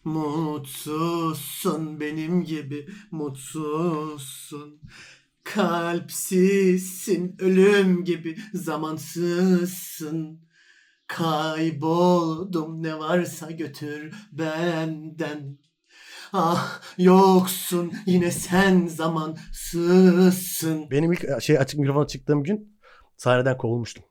Mutsuzsun benim gibi mutsuzsun. Kalpsizsin ölüm gibi zamansızsın. Kayboldum ne varsa götür benden. Ah yoksun yine sen zamansızsın. Benim ilk açık mikrofona çıktığım gün sahneden kovulmuştum.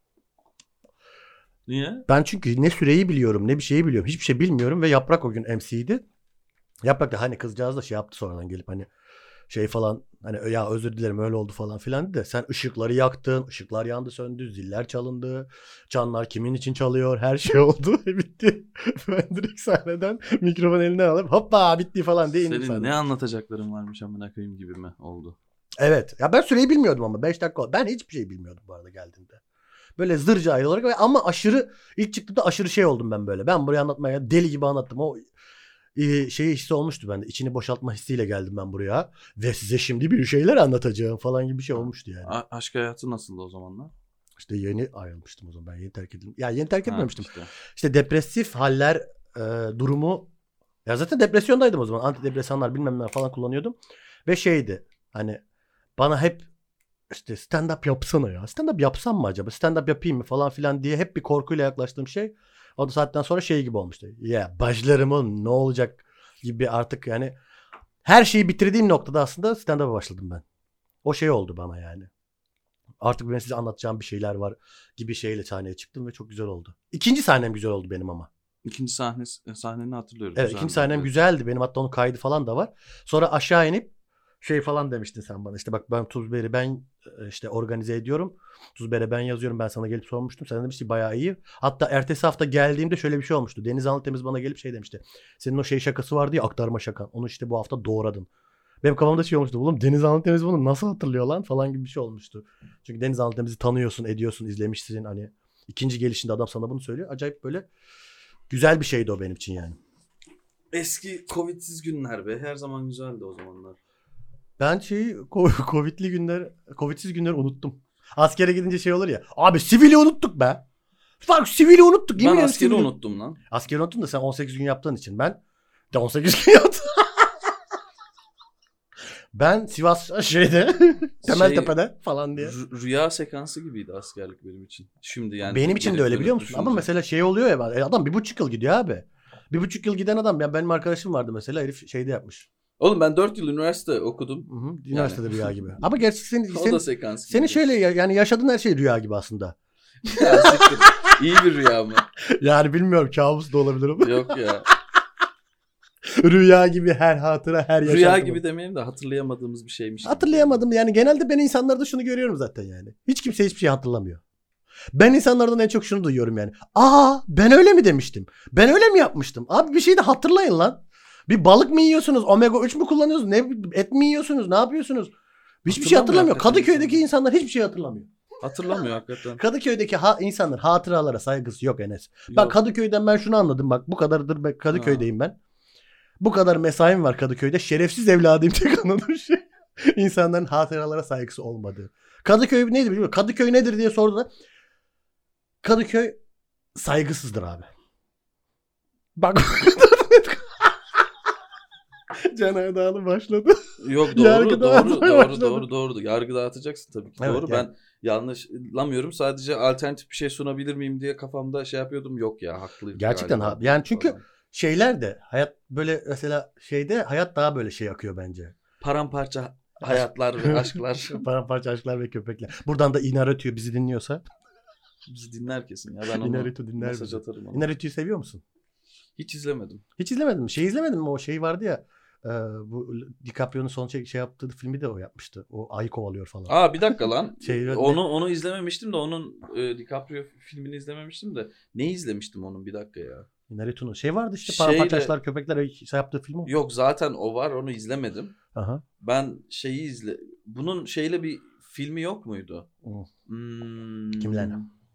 Niye? Ben çünkü ne süreyi biliyorum ne bir şeyi biliyorum. Hiçbir şey bilmiyorum ve Yaprak o gün MC'ydi. Yaprak da hani kızcağız da şey yaptı sonradan gelip hani şey falan hani ya özür dilerim öyle oldu falan filan de sen ışıkları yaktın, ışıklar yandı söndü, ziller çalındı, çanlar kimin için çalıyor, her şey oldu bitti. Ben direkt sahneden mikrofon eline alıp hoppa bitti falan diye indim. Senin ne anlatacakların varmış amına koyayım gibi mi oldu? Evet ya ben süreyi bilmiyordum ama 5 dakika oldu. Ben hiçbir şey bilmiyordum bu arada geldiğimde. Böyle zır cahil olarak ama aşırı ilk çıktığımda aşırı şey oldum ben böyle. Ben buraya anlatmaya deli gibi anlattım. O şey hissi olmuştu bende. İçini boşaltma hissiyle geldim ben buraya. Ve size şimdi bir şeyler anlatacağım falan gibi bir şey olmuştu yani. Aşk hayatı nasıldı o zamanlar? İşte yeni ayrılmıştım o zaman. Ben yeni terk edildim. Ya yeni terk etmemiştim. İşte. İşte depresif haller durumu. Ya zaten depresyondaydım o zaman. Antidepresanlar bilmem ne falan kullanıyordum. Ve şeydi hani bana hep işte stand up yapsana ya. Stand up yapsam mı acaba? Stand up yapayım mı falan filan diye hep bir korkuyla yaklaştığım şey. O da saatten sonra şey gibi olmuştu. Ya başlarım oğlum ne olacak gibi artık yani her şeyi bitirdiğim noktada aslında stand up'a başladım ben. O şey oldu bana yani. Artık ben size anlatacağım bir şeyler var gibi şeyle sahneye çıktım ve çok güzel oldu. İkinci sahnem güzel oldu benim ama. İkinci sahneni hatırlıyorum. Evet ikinci sahnem güzeldi. Benim hatta onun kaydı falan da var. Sonra aşağı inip şey falan demiştin sen bana. İşte bak ben Tuzber'i ben işte organize ediyorum. Tuzber'e ben yazıyorum. Ben sana gelip sormuştum. Sen demiştin bayağı iyi. Hatta ertesi hafta geldiğimde şöyle bir şey olmuştu. Deniz Anlıtemiz bana gelip şey demişti. Senin o şey şakası vardı ya aktarma şakan. Onu işte bu hafta doğradın. Benim kafamda şey olmuştu. Oğlum Deniz Anlıtemiz bunu nasıl hatırlıyor lan falan gibi bir şey olmuştu. Çünkü Deniz Anlıtemiz'i tanıyorsun, ediyorsun, izlemişsin. Hani ikinci gelişinde adam sana bunu söylüyor. Acayip böyle güzel bir şeydi o benim için yani. Eski Covid'siz günler be. Her zaman güzeldi o zamanlar. Ben Covid'siz günleri unuttum. Askere gidince şey olur ya. Abi sivili unuttuk be. Bak sivili unuttuk. Ben askeri unuttum lan. Askeri unuttun da sen 18 gün yaptığın için. Ben de 18 gün yaptım. Ben Sivas Temeltepe'de falan diye. Rüya sekansı gibiydi askerlik benim için. Şimdi yani. Benim için de öyle biliyor musun? Ama mesela şey oluyor ya adam 1,5 yıl gidiyor abi. 1,5 yıl giden adam ya benim arkadaşım vardı mesela herif şeyde yapmış. Oğlum ben 4 yıl üniversite okudum. Üniversitede yani. Rüya gibi. Ama gerçi senin gibi. Şöyle yani yaşadığın her şey rüya gibi aslında. Ya İyi bir rüya mı? Yani bilmiyorum kabus da olabilir ama. Yok ya. Rüya gibi her hatıra her yaşantı. Rüya gibi demeyelim de hatırlayamadığımız bir şeymiş. Hatırlayamadım yani genelde ben insanlarda şunu görüyorum zaten yani. Hiç kimse hiçbir şey hatırlamıyor. Ben insanlardan en çok şunu duyuyorum yani. Ben öyle mi demiştim? Ben öyle mi yapmıştım? Abi bir şey de hatırlayın lan. Bir balık mı yiyorsunuz? Omega 3 mü kullanıyorsunuz? Et mi yiyorsunuz? Ne yapıyorsunuz? Hiçbir şey hatırlamıyor. Kadıköy'deki insanlar hiçbir şey hatırlamıyor. Hatırlamıyor hakikaten. Kadıköy'deki insanların hatıralara saygısı yok Enes. Yok. Bak Kadıköy'den ben şunu anladım. Bak bu kadardır ben Kadıköy'deyim ben. Bu kadar mesaim var Kadıköy'de. Şerefsiz evladıyım tek anladığım şey. İnsanların hatıralara saygısı olmadığı. Kadıköy nedir bilmiyorum. Kadıköy nedir diye sorduğunda Kadıköy saygısızdır abi. Bak Can Erdağlı başladı. Yok doğru. Yargı dağıtacaksın tabii ki. Evet, doğru. Yani. Ben yanlışlamıyorum. Sadece alternatif bir şey sunabilir miyim diye kafamda şey yapıyordum. Yok ya haklıyım. Gerçekten abi. Yani çünkü şeyler de hayat böyle mesela hayat daha böyle şey akıyor bence. Paramparça hayatlar ve aşklar. Paramparça aşklar ve köpekler. Buradan da Inarritu bizi dinliyorsa. Bizi dinler kesin ya. Ben Inarritu dinler mesaj atarım ona. Inarritu'yu seviyor musun? Hiç izlemedim. Hiç izlemedin mi? İzlemedin mi? O şey vardı ya. Bu DiCaprio'nun son şey yaptığı filmi de o yapmıştı. O ayı kovalıyor falan. Bir dakika lan. Onu izlememiştim de onun DiCaprio filmini izlememiştim de. Ne izlemiştim onun bir dakika ya. Inarritu'nun şey vardı işte Paramparçaşlar köpekler yaptığı film o. Yok zaten o var onu izlemedim. Aha. Ben bunun şeyle bir filmi yok muydu? Kimler?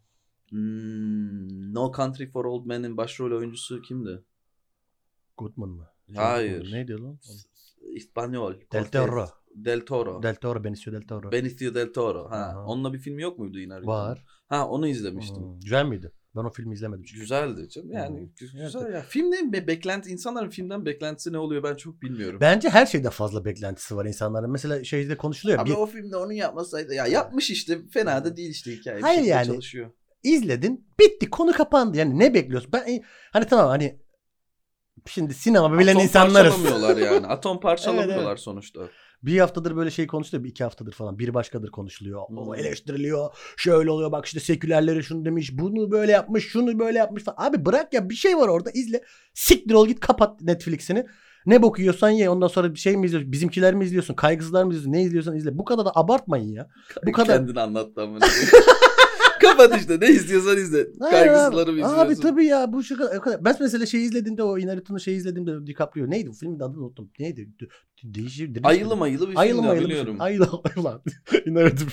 No Country for Old Men'in başrol oyuncusu kimdi? Goodman mı? Hayır. Neydi lan? İspanyol. Del Toro. Benicio Del Toro. Ha. Onunla bir filmi yok muydu yine? Var. Onu izlemiştim. Güzel miydi? Ben o filmi izlemedim çünkü. Güzeldi canım. Yani güzel ya. Filmden beklenti, insanların filmden beklentisi ne oluyor ben çok bilmiyorum. Bence her şeyde fazla beklentisi var insanların. Mesela şeyde konuşuluyor. Abi o filmde onu yapmasaydı ya yapmış işte fena da değil işte hikaye. Hayır yani. Çalışıyor. İzledin, bitti, konu kapandı. Yani ne bekliyorsun? Ben hani tamam hani şimdi sinema bilen insanlarız. Atom parçalamıyorlar yani. Atom parçalamıyorlar evet. Sonuçta. Bir haftadır böyle şey konuşuluyor. 2 haftadır falan. Bir başkadır konuşuluyor. O eleştiriliyor. Şöyle oluyor bak işte sekülerleri şunu demiş. Bunu böyle yapmış. Şunu böyle yapmış falan. Abi bırak ya bir şey var orada izle. Siktir ol git kapat Netflix'ini. Ne bok yiyorsan ye. Ondan sonra bir şey mi izliyorsun? Bizimkiler mi izliyorsun? Kaygısızlar mı izliyorsun? Ne izliyorsan izle. Bu kadar da abartmayın ya. Bu kadar. Kendini anlattı ama. Kapat işte ne istiyorsan izle. Kaygısızları mı izliyorsun? Abi tabii ya bu şu kadar. Ben mesela şeyi izlediğimde o Inarritu'nun şeyi izlediğimde DiCaprio neydi bu filmin adını unuttum. Neydi? Değişir. Ayılı mayılı bir film biliyorum. Ayılı ulan. Inarritu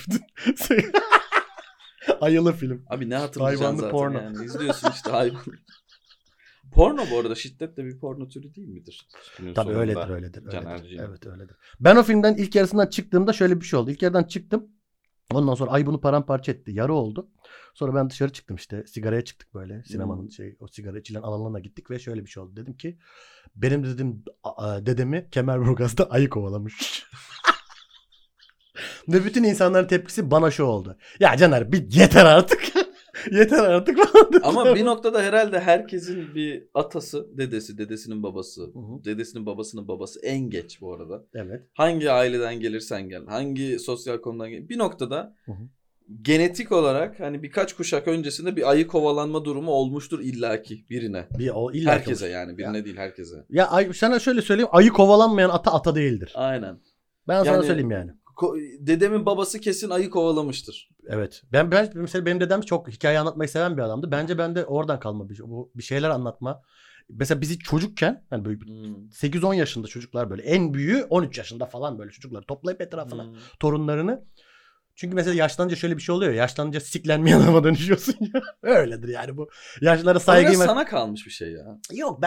ayılı film. Abi ne hatırlayacaksın hayvanlı zaten porno. Yani. İzliyorsun işte hayvan. Porno bu arada şiddet de bir porno türü değil midir? Tabii öyledir. Evet öyledir. Ben o filmden ilk yarısından çıktığımda şöyle bir şey oldu. İlk yarıdan çıktım. Ondan sonra ay bunu paramparça etti. Yarı oldu. Sonra ben dışarı çıktım işte. Sigaraya çıktık böyle. Sinemanın o sigara içilen alanına gittik ve şöyle bir şey oldu. Dedim ki benim dedim dedemi Kemerburgaz'da ayı kovalamış. Ve bütün insanların tepkisi bana şu oldu. Ya Caner bir yeter artık. Yeter artık. Ama bir noktada herhalde herkesin bir atası, dedesinin babası, dedesinin babasının babası en geç bu arada. Evet. Hangi aileden gelirsen gel, hangi sosyal konudan gel. Bir noktada genetik olarak hani birkaç kuşak öncesinde bir ayı kovalanma durumu olmuştur illaki birine. Herkese yani birine değil herkese. Ya sana şöyle söyleyeyim ayı kovalanmayan ata değildir. Aynen. Ben sana söyleyeyim yani. Dedemin babası kesin ayı kovalamıştır. Evet. Ben mesela benim dedem çok hikaye anlatmayı seven bir adamdı. Bence bende oradan kalma bir şeyler anlatma. Mesela bizi çocukken yani böyle 8-10 yaşında çocuklar böyle en büyüğü 13 yaşında falan böyle çocuklar toplayıp etrafına torunlarını. Çünkü mesela yaşlanınca şöyle bir şey oluyor. Yaşlanınca siklenmeyen adama dönüşüyorsun ya. Öyledir yani bu. Yaşlılara saygı. Sana kalmış bir şey ya. Yok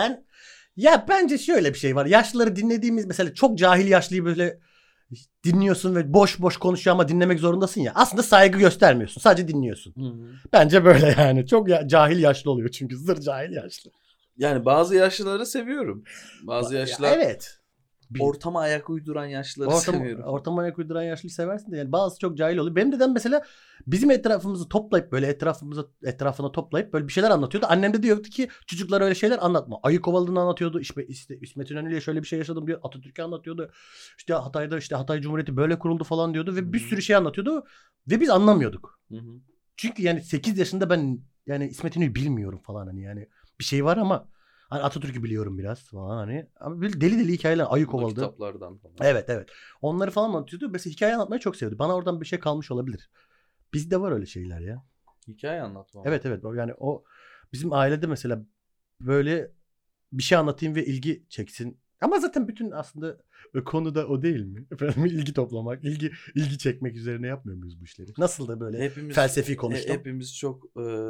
bence şöyle bir şey var. Yaşlıları dinlediğimiz mesela çok cahil yaşlıyı böyle dinliyorsun ve boş boş konuşuyor ama dinlemek zorundasın ya. Aslında saygı göstermiyorsun. Sadece dinliyorsun. Bence böyle yani. Çok cahil yaşlı oluyor çünkü. Zır cahil yaşlı. Yani bazı yaşlıları seviyorum. Bazı yaşlılar evet. Ortama ayak uyduran yaşlıları seviyorum. Ortama ayak uyduran yaşlıyı seversin de yani bazısı çok cahil oluyor. Benim dedem mesela bizim etrafımızı toplayıp böyle etrafına toplayıp böyle bir şeyler anlatıyordu. Annem de diyordu ki çocuklara öyle şeyler anlatma. Ayı kovaladığını anlatıyordu. İşte İsmet İnönü'yle şöyle bir şey yaşadım diyor. Atatürk'ü anlatıyordu. İşte Hatay'da işte Hatay Cumhuriyeti böyle kuruldu falan diyordu ve bir sürü şey anlatıyordu ve biz anlamıyorduk. Çünkü yani 8 yaşında ben yani İsmet İnönü'yü bilmiyorum falan hani yani bir şey var ama hani Atatürk'ü biliyorum biraz falan hani. Ama böyle deli hikayeler ayı kovaladı. Kitaplardan falan. Evet. Onları falan anlatıyordu. Mesela hikaye anlatmayı çok sevdi. Bana oradan bir şey kalmış olabilir. Bizde var öyle şeyler ya. Hikaye anlatma. Evet. Yani o bizim ailede mesela böyle bir şey anlatayım ve ilgi çeksin. Ama zaten bütün aslında konuda o değil mi? Efendim ilgi toplamak, ilgi çekmek üzerine yapmıyor muyuz bu işleri? Nasıl da böyle felsefi konuştum. Hepimiz çok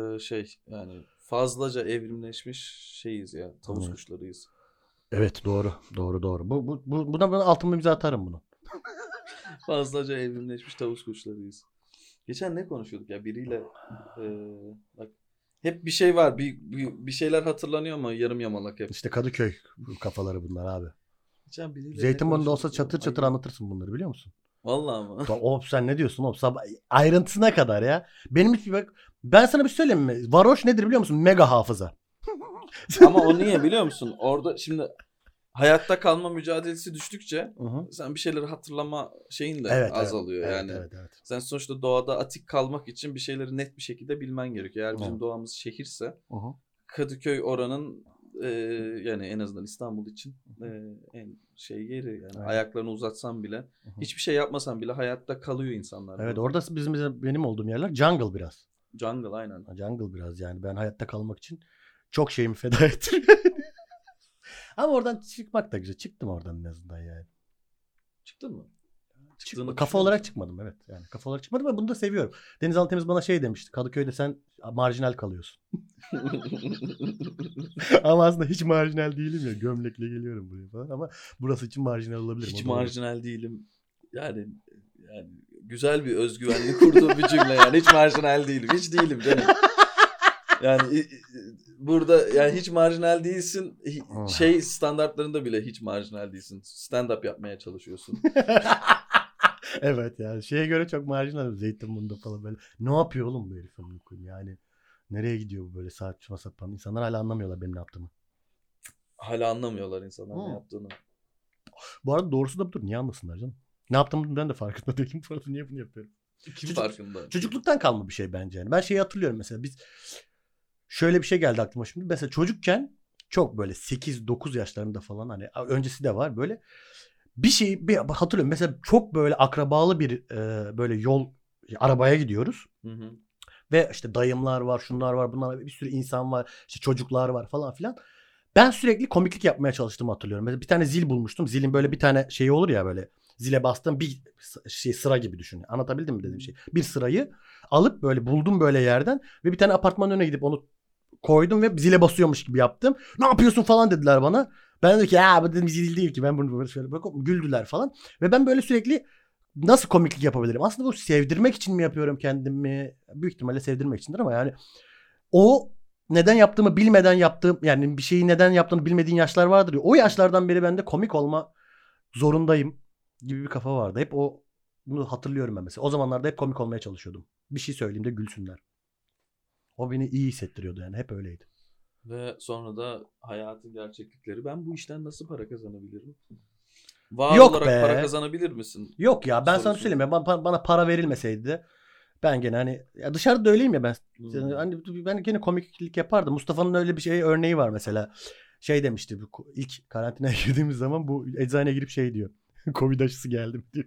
yani fazlaca evrimleşmiş şeyiz ya. Tavus kuşlarıyız. Evet doğru. Buna altıma imza atarım bunu. Fazlaca evrimleşmiş tavus kuşlarıyız. Geçen ne konuşuyorduk ya biriyle bak hep bir şey var. Bir şeyler hatırlanıyor ama yarım yamalak hep. İşte Kadıköy kafaları bunlar abi. Geçen biriyle Zeytinburnu'nda olsa çatır anlatırsın bunları biliyor musun? Vallahi mı? Sen ne diyorsun oğlum? Ayrıntısına kadar ya. Benim hiç bak ben sana bir şey söyleyeyim mi? Varoş nedir biliyor musun? Mega hafıza. Ama o niye biliyor musun? Orada şimdi hayatta kalma mücadelesi düştükçe sen bir şeyleri hatırlama şeyin de azalıyor yani. Evet. Sen sonuçta doğada atik kalmak için bir şeyleri net bir şekilde bilmen gerekiyor. Eğer bizim doğamız şehirse Kadıköy oranın yani en azından İstanbul için en yeri yani ayaklarını uzatsan bile hiçbir şey yapmasan bile hayatta kalıyor insanlar. Evet orada benim olduğum yerler jungle biraz. Jungle aynen. Jungle biraz yani ben hayatta kalmak için çok şeyimi feda ettim. Ama oradan çıkmak da güzel. Çıktım oradan en azından yani. Çıktın mı? Kafa olarak çıkmadım evet. Yani kafa olarak çıkmadım ama bunu da seviyorum. Deniz Altemiz bana şey demişti. Kadıköy'de sen marjinal kalıyorsun. Ama aslında hiç marjinal değilim ya. Gömlekle geliyorum buraya falan ama burası için marjinal olabilirim. Hiç marjinal değilim. Yani güzel bir özgüvenli kurduğum bir cümle yani. Hiç marjinal değilim. Hiç değilim canım. Yani burada yani hiç marjinal değilsin. Şey standartlarında bile hiç marjinal değilsin. Stand-up yapmaya çalışıyorsun. Evet yani şeye göre çok marjinal Zeytinburnu'nda falan böyle. Ne yapıyor oğlum bu herif amına koyayım yani. Nereye gidiyor bu böyle saçma sapan. İnsanlar hala anlamıyorlar benim ne yaptığımı. Hala anlamıyorlar insanlar ne yaptığını. Bu arada doğrusu da budur. Niye anlasınlar canım? Ne yaptığımı ben de farkında değilim. Niye bunu yapıyorum? Kim farkında? Çocukluktan kalma bir şey bence yani. Ben şeyi hatırlıyorum mesela biz şöyle bir şey geldi aklıma şimdi. Mesela çocukken çok böyle 8-9 yaşlarında falan hani öncesi de var böyle bir şey hatırlıyorum. Mesela çok böyle akrabalı bir böyle yol arabaya gidiyoruz. Hı. Ve işte dayımlar var, şunlar var, bunlar var, bir sürü insan var, işte çocuklar var falan filan. Ben sürekli komiklik yapmaya çalıştığımı hatırlıyorum. Mesela bir tane zil bulmuştum. Zilin böyle bir tane şeyi olur ya böyle. Zile bastığım bir şey sıra gibi düşün. Anlatabildim mi dediğim şey? Bir sırayı alıp böyle buldum böyle yerden ve bir tane apartmanın önüne gidip onu koydum ve zile basıyormuş gibi yaptım. Ne yapıyorsun falan dediler bana. Ben dedim ki ya bu dedim zil değil ki ben bunu böyle şöyle bakıp güldüler falan. Ve ben böyle sürekli nasıl komiklik yapabilirim? Aslında bu sevdirmek için mi yapıyorum kendimi? Büyük ihtimalle sevdirmek içindir ama yani o neden yaptığımı bilmeden yaptığım yani bir şeyi neden yaptığını bilmediğin yaşlar vardır ya. O yaşlardan beri bende komik olma zorundayım gibi bir kafa vardı. Hep bunu hatırlıyorum ben mesela. O zamanlarda hep komik olmaya çalışıyordum. Bir şey söyleyeyim de gülsünler. O beni iyi hissettiriyordu yani. Hep öyleydi. Ve sonra da hayatın gerçeklikleri. Ben bu işten nasıl para kazanabilirim? Var Yok olarak be. para kazanabilir misin? Yok ya ben sana söyleyeyim ya bana para verilmeseydi de ben gene hani ya dışarıda da öyleyim ya ben. Hani ben gene komiklik yapardım. Mustafa'nın öyle bir şey örneği var mesela. Şey demişti ilk karantinaya girdiğimiz zaman bu eczaneye girip şey diyor. Covid aşısı geldim diyor.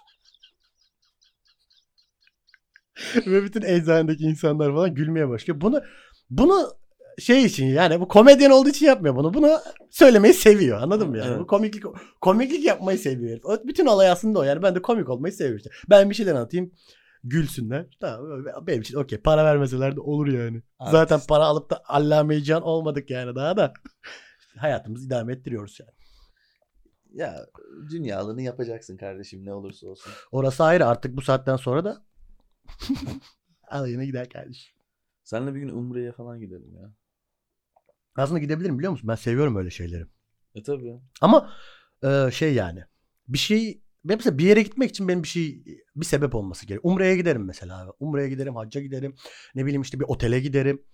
Ve bütün eczanedeki insanlar falan gülmeye başlıyor. Bunu şey için yani bu komedyen olduğu için yapmıyor bunu. Bunu söylemeyi seviyor. Anladın mı yani? Evet. Bu komiklik yapmayı seviyor. Bütün olay aslında o. Yani ben de komik olmayı seviyorum işte. Ben bir şeyler anlatayım. Gülsünler. Tamam benim için okey. Para vermeseler de olur yani. Artist. Zaten para alıp da allame can olmadık yani daha da. Hayatımızı idame ettiriyoruz yani. Ya dünyalığını yapacaksın kardeşim ne olursa olsun. Orası ayrı artık bu saatten sonra da alayına gider kardeşim. Seninle bir gün Umre'ye falan gidelim ya. Aslında gidebilirim biliyor musun? Ben seviyorum öyle şeyleri. Tabii. Ama şey yani bir şey mesela bir yere gitmek için benim bir sebep olması gerekiyor. Umre'ye giderim mesela. Umre'ye giderim, hacca giderim. Ne bileyim işte bir otele giderim.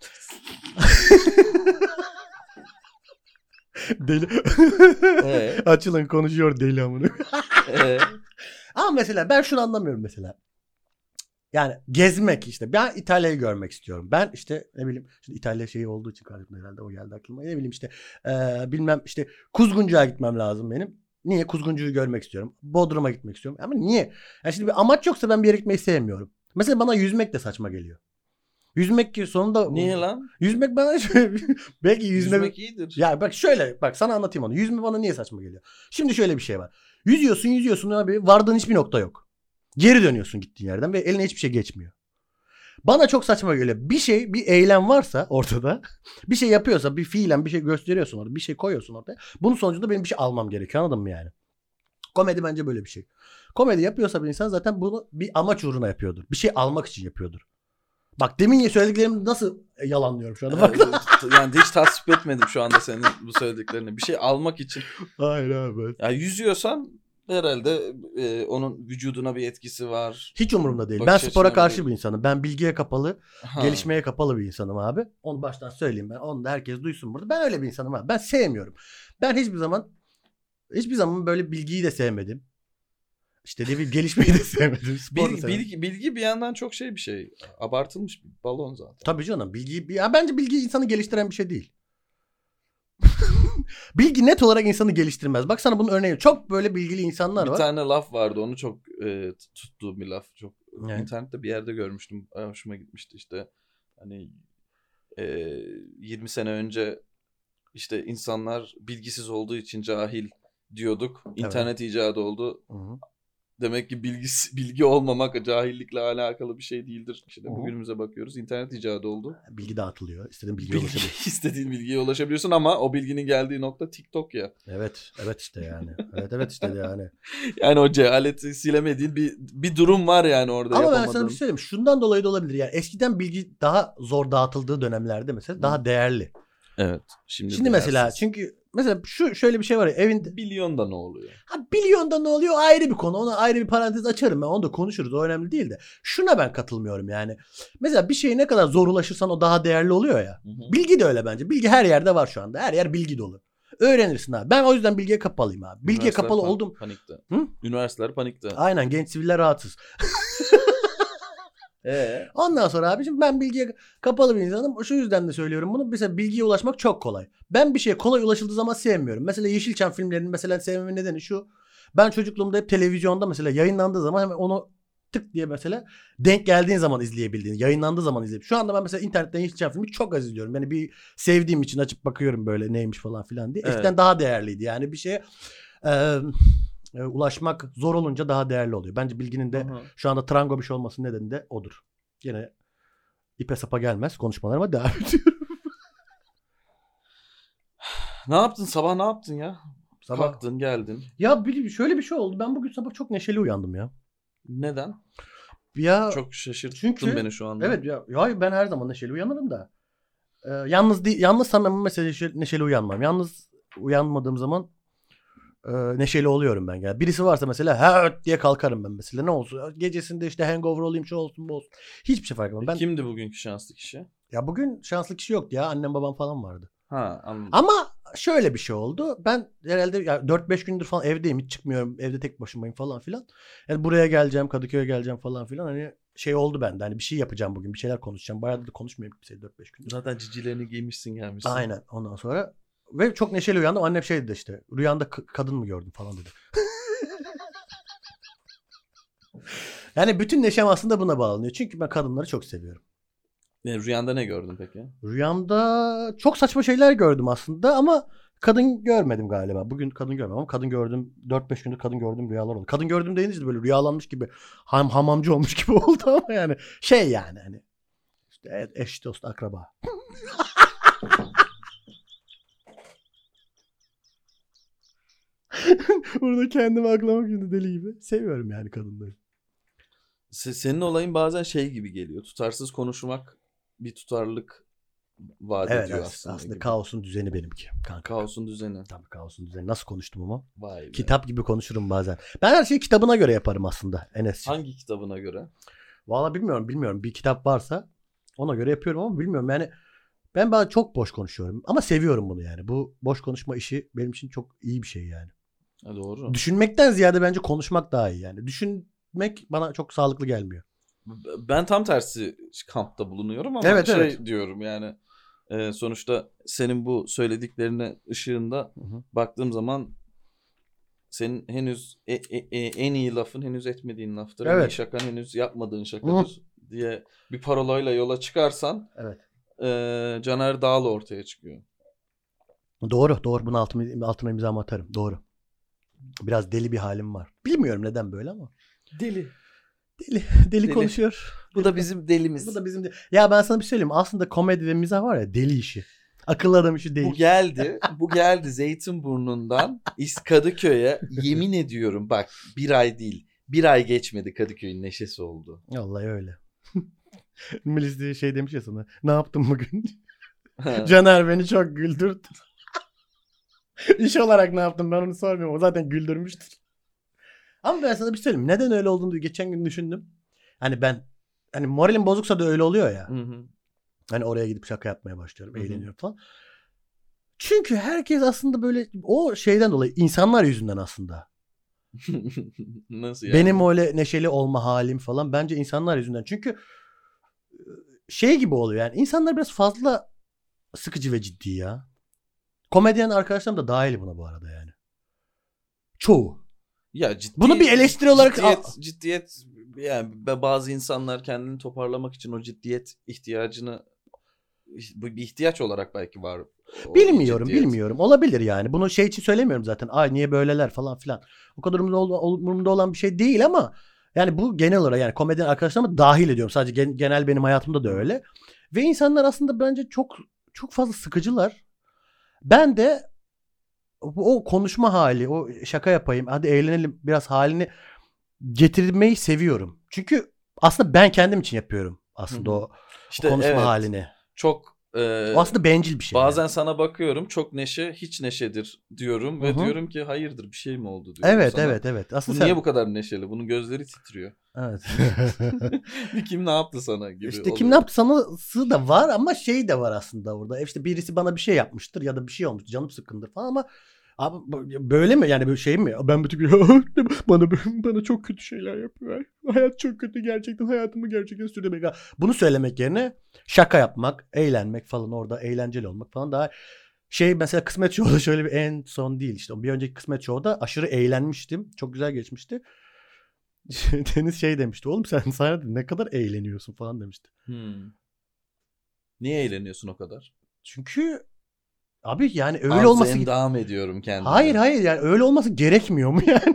Deli. Açılın konuşuyor deli amına. Ama mesela ben şunu anlamıyorum mesela. Yani gezmek işte. Ben İtalya'yı görmek istiyorum. Ben işte ne bileyim şimdi İtalya şeyi olduğu için kardeşim herhalde o geldi aklıma. Ne bileyim işte bilmem işte Kuzguncu'ya gitmem lazım benim. Niye? Kuzguncu'yu görmek istiyorum. Bodrum'a gitmek istiyorum. Ama niye? Yani şimdi bir amaç yoksa ben bir yere gitmeyi sevmiyorum. Mesela bana yüzmek de saçma geliyor. Yüzmek ki sonunda... Niye lan? Yüzmek bana şöyle... Belki yüzmek iyidir. Ya bak şöyle bak sana anlatayım onu. Yüzme bana niye saçma geliyor? Şimdi şöyle bir şey var. Yüzüyorsun abi vardığın hiçbir nokta yok. Geri dönüyorsun gittiğin yerden ve eline hiçbir şey geçmiyor. Bana çok saçma geliyor. Bir eylem varsa ortada, bir şey yapıyorsa, bir fiilen bir şey gösteriyorsun orada, bir şey koyuyorsun ortaya. Bunun sonucunda benim bir şey almam gerekiyor anladın mı yani? Komedi bence böyle bir şey. Komedi yapıyorsa bir insan zaten bunu bir amaç uğruna yapıyordur. Bir şey almak için yapıyordur. Bak demin söylediklerimi nasıl yalanlıyorum şu anda. Bak. Yani hiç tasvip etmedim şu anda senin bu söylediklerini. Bir şey almak için. Hayır abi. Ya yüzüyorsan herhalde onun vücuduna bir etkisi var. Hiç umurumda değil. Ben spora karşı bir insanım. Ben bilgiye kapalı, gelişmeye kapalı bir insanım abi. Onu baştan söyleyeyim ben. Onu da herkes duysun burada. Ben öyle bir insanım abi. Ben sevmiyorum. Ben hiçbir zaman böyle bilgiyi de sevmedim. İşte ne bileyim gelişmeyi de sevmedim. Bilgi bir yandan çok bir şey. Abartılmış bir balon zaten. Tabii canım. Bence bilgi insanı geliştiren bir şey değil. Bilgi net olarak insanı geliştirmez. Bak sana bunun örneği. Çok böyle bilgili insanlar var. Bir tane laf vardı. Onu çok tuttuğum bir laf. Çok internette bir yerde görmüştüm. Hoşuma gitmişti işte. Hani 20 sene önce işte insanlar bilgisiz olduğu için cahil diyorduk. İnternet icadı oldu. Hı-hı. Demek ki bilgi olmamak cahillikle alakalı bir şey değildir. İşte bugünümüze bakıyoruz. İnternet icadı oldu. Bilgi dağıtılıyor. İstediğin bilgiye ulaşabiliyorsun. İstediğin bilgiye ulaşabiliyorsun ama o bilginin geldiği nokta TikTok ya. Evet işte yani. Evet işte yani. Yani o cehaleti silemediğin bir durum var yani orada. Ama ben sana bir şey söyleyeyim. Şundan dolayı da olabilir. Yani eskiden bilgi daha zor dağıtıldığı dönemlerde mesela daha değerli. Evet. Şimdi mesela çünkü mesela şöyle bir şey var ya evinde. Milyonda ne oluyor? Milyonda ne oluyor ayrı bir konu. Ona ayrı bir parantez açarım ben. Onu da konuşuruz. O önemli değil de. Şuna ben katılmıyorum yani. Mesela bir şeye ne kadar zor ulaşırsan o daha değerli oluyor ya. Hı-hı. Bilgi de öyle bence. Bilgi her yerde var şu anda. Her yer bilgi dolu. Öğrenirsin abi. Ben o yüzden bilgiye kapalıyım abi. Bilgiye kapalı oldum. Panikte. Hı? Üniversiteler panikte. Aynen, genç siviller rahatsız. Ondan sonra abiciğim ben bilgiye kapalı bir insanım. Şu yüzden de söylüyorum bunu. Mesela bilgiye ulaşmak çok kolay. Ben bir şeye kolay ulaşıldığı zaman sevmiyorum. Mesela Yeşilçam filmlerinin mesela sevmemin nedeni şu. Ben çocukluğumda hep televizyonda mesela yayınlandığı zaman hemen onu tık diye mesela denk geldiğin zaman izleyebildiğin, yayınlandığı zaman izleyebildiğin. Şu anda ben mesela internetten Yeşilçam filmi çok az izliyorum. Yani bir sevdiğim için açıp bakıyorum böyle neymiş falan filan diye. Eskiden daha değerliydi. Yani bir şeye ulaşmak zor olunca daha değerli oluyor. Bence bilginin de şu anda trango bir şey olmasının nedeni de odur. Yine ipe sapa gelmez. Konuşmalarıma devam ediyorum. Ne yaptın? Sabah ne yaptın ya? Sabah kalktın, geldin. Ya şöyle bir şey oldu. Ben bugün sabah çok neşeli uyandım ya. Neden? Ya çok şaşırttın beni şu anda. Evet ya ben her zaman neşeli uyanırım da. Yalnızsam ben mesela neşeli uyanmam. Yalnız uyanmadığım zaman neşeli oluyorum ben. Yani birisi varsa mesela ha diye kalkarım ben mesela. Ne olsun? Gecesinde işte hangover olayım, şu olsun bu olsun. Hiçbir şey fark etmez. Kimdi bugünkü şanslı kişi? Ya bugün şanslı kişi yoktu ya. Annem babam falan vardı. Ha, anladım. Ama şöyle bir şey oldu. Ben herhalde 4-5 gündür falan evdeyim. Hiç çıkmıyorum. Evde tek başımayım falan filan. Yani buraya geleceğim, Kadıköy'e geleceğim falan filan. Hani şey oldu bende. Hani bir şey yapacağım bugün. Bir şeyler konuşacağım. Bayağı da konuşmuyorum kimseyle 4-5 gündür. Zaten cicilerini giymişsin gelmişsin. Aynen. Ondan sonra ve çok neşeli uyandım. Annem şey dedi işte. Rüyanda kadın mı gördün falan dedi. Yani bütün neşem aslında buna bağlanıyor. Çünkü ben kadınları çok seviyorum. Rüyanda ne gördün peki? Rüyamda çok saçma şeyler gördüm aslında ama kadın görmedim galiba. Bugün kadın görmedim ama kadın gördüm. 4-5 gündür kadın gördüm rüyalar oldu. Kadın gördüm deyince de böyle rüyalanmış gibi hamamcı olmuş gibi oldu ama yani şey yani hani işte eş dost akraba. Burada kendimi aklamak için deli gibi. Seviyorum yani kadınları. Senin olayın bazen şey gibi geliyor. Tutarsız konuşmak bir tutarlılık vaat ediyor aslında. Aslında gibi. kaosun düzeni benimki. Kanka. Kaosun düzeni. Tabii kaosun düzeni. Nasıl konuştum ama? Vay be. Kitap gibi konuşurum bazen. Ben her şeyi kitabına göre yaparım aslında Enes'ciğim. Hangi kitabına göre? Vallahi bilmiyorum. Bir kitap varsa ona göre yapıyorum ama bilmiyorum. Yani ben bazen çok boş konuşuyorum. Ama seviyorum bunu yani. Bu boş konuşma işi benim için çok iyi bir şey yani. Doğru. Düşünmekten ziyade bence konuşmak daha iyi yani. Düşünmek bana çok sağlıklı gelmiyor. Ben tam tersi kampta bulunuyorum ama evet. Diyorum yani sonuçta senin bu söylediklerine ışığında baktığım zaman senin henüz en iyi lafın henüz etmediğin laftır. Evet. En iyi şakan henüz yapmadığın şakadır diye bir parolayla yola çıkarsan Caner Dağlı ortaya çıkıyor. Doğru. Bunun altına imzamı atarım. Doğru. Biraz deli bir halim var. Bilmiyorum neden böyle ama. Deli konuşuyor. Bu da bizim delimiz. Ya ben sana bir söyleyeyim. Aslında komedi ve mizah var ya deli işi. Akıllı adam işi değil. Bu geldi Zeytinburnu'ndan Kadıköy'e. Yemin ediyorum bak 1 ay değil. 1 ay geçmedi Kadıköy'ün neşesi oldu. Vallahi öyle. Melis şey demiş ya sana. Ne yaptın bugün? Caner beni çok güldürdü. İş olarak ne yaptım ben onu sormuyorum. O zaten güldürmüştür. Ama ben sana bir söyleyeyim. Neden öyle olduğunu geçen gün düşündüm. Hani moralim bozuksa da öyle oluyor ya. Hı. Hani oraya gidip şaka yapmaya başlıyorum. Eğleniyorum falan. Çünkü herkes aslında böyle o şeyden dolayı insanlar yüzünden aslında. Nasıl yani? Benim öyle neşeli olma halim falan bence insanlar yüzünden. Çünkü şey gibi oluyor yani. İnsanlar biraz fazla sıkıcı ve ciddi ya. Komedyen arkadaşlarım da dahil buna bu arada yani. Çoğu. Ya bunu bir eleştiri olarak ciddiyet yani bazı insanlar kendini toparlamak için o ciddiyet ihtiyacını bir ihtiyaç olarak belki var. Bilmiyorum. Olabilir yani. Bunu şey için söylemiyorum zaten. Ay niye böyleler falan filan. O kadar umurumda olan bir şey değil ama yani bu genel olarak yani komedyen arkadaşlarıma dahil ediyorum. Sadece genel benim hayatımda da öyle. Ve insanlar aslında bence çok çok fazla sıkıcılar. Ben de o konuşma hali, o şaka yapayım, hadi eğlenelim biraz halini getirmeyi seviyorum. Çünkü aslında ben kendim için yapıyorum aslında o konuşma halini. Çok o aslında bencil bir şey. Bazen yani. Sana bakıyorum çok neşe hiç neşedir diyorum ve diyorum ki hayırdır bir şey mi oldu diyorum sana. Evet. Aslında niye bu kadar neşeli? Bunun gözleri titriyor. Evet. Kim ne yaptı sana gibi. İşte kim ne yaptı sanası da var ama şey de var aslında orada. İşte birisi bana bir şey yapmıştır ya da bir şey olmuştur. Canım sıkkındır falan ama abi böyle mi yani böyle şey mi? Ben bütün bana çok kötü şeyler yapıyor. Hayat çok kötü gerçekten. Hayatımı gerçekten sürdürmek. Bunu söylemek yerine şaka yapmak, eğlenmek falan orada eğlenceli olmak falan daha şey mesela Kısmet Show'da şöyle bir en son değil işte bir önceki Kısmet Show'da aşırı eğlenmiştim. Çok güzel geçmişti. Deniz şey demişti. Oğlum sen sahnede ne kadar eğleniyorsun falan demişti. Niye eğleniyorsun o kadar? Çünkü abi yani öyle olması... devam ediyorum kendime. Hayır yani öyle olması gerekmiyor mu yani?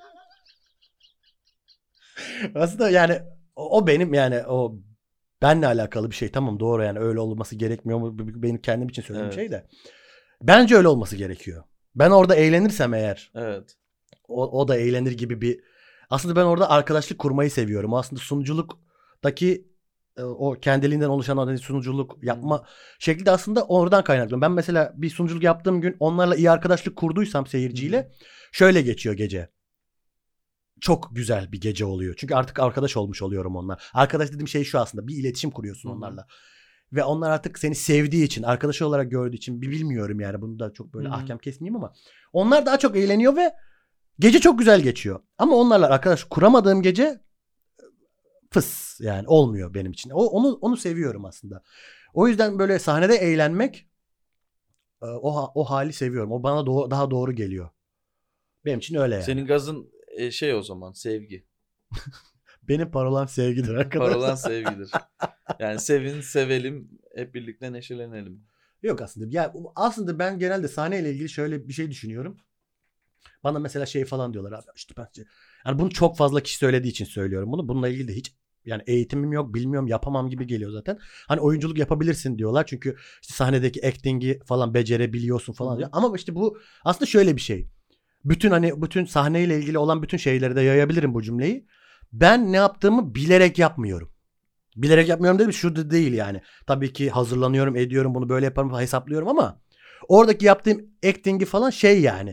Aslında yani o benim yani o benle alakalı bir şey. Tamam doğru yani öyle olması gerekmiyor mu? Benim kendim için söylediğim şey de. Bence öyle olması gerekiyor. Ben orada eğlenirsem eğer. Evet. O da eğlenir gibi bir... Aslında ben orada arkadaşlık kurmayı seviyorum. Aslında sunuculuktaki o kendiliğinden oluşan o sunuculuk yapma şekli de aslında oradan kaynaklı. Ben mesela bir sunuculuk yaptığım gün onlarla iyi arkadaşlık kurduysam seyirciyle şöyle geçiyor gece. Çok güzel bir gece oluyor. Çünkü artık arkadaş olmuş oluyorum onlar. Arkadaş dediğim şey şu aslında bir iletişim kuruyorsun onlarla. Ve onlar artık seni sevdiği için, arkadaşı olarak gördüğü için bilmiyorum yani bunu da çok böyle ahkam kesmeyeyim ama onlar daha çok eğleniyor ve gece çok güzel geçiyor. Ama onlarla arkadaş kuramadığım gece fıs yani olmuyor benim için. Onu seviyorum aslında. O yüzden böyle sahnede eğlenmek o hali seviyorum. O bana daha doğru geliyor. Benim için öyle yani. Senin gazın şey o zaman sevgi. Benim parolam sevgidir arkadaşlar. Parolan sevgidir. Yani sevelim, hep birlikte neşelenelim. Yok aslında. Ya aslında ben genelde sahneyle ilgili şöyle bir şey düşünüyorum. Bana mesela şey falan diyorlar abi işte ben yani bunu çok fazla kişi söylediği için söylüyorum bunu. Bununla ilgili de hiç yani eğitimim yok, bilmiyorum, yapamam gibi geliyor zaten. Hani oyunculuk yapabilirsin diyorlar. Çünkü işte sahnedeki acting'i falan becerebiliyorsun falan diyor. Ama işte bu aslında şöyle bir şey. Bütün sahneyle ilgili olan bütün şeyleri de yayabilirim bu cümleyi. Ben ne yaptığımı bilerek yapmıyorum. Bilerek yapmıyorum dedim şurada değil yani. Tabii ki hazırlanıyorum, ediyorum, bunu böyle yaparım, hesaplıyorum ama oradaki yaptığım acting'i falan şey yani.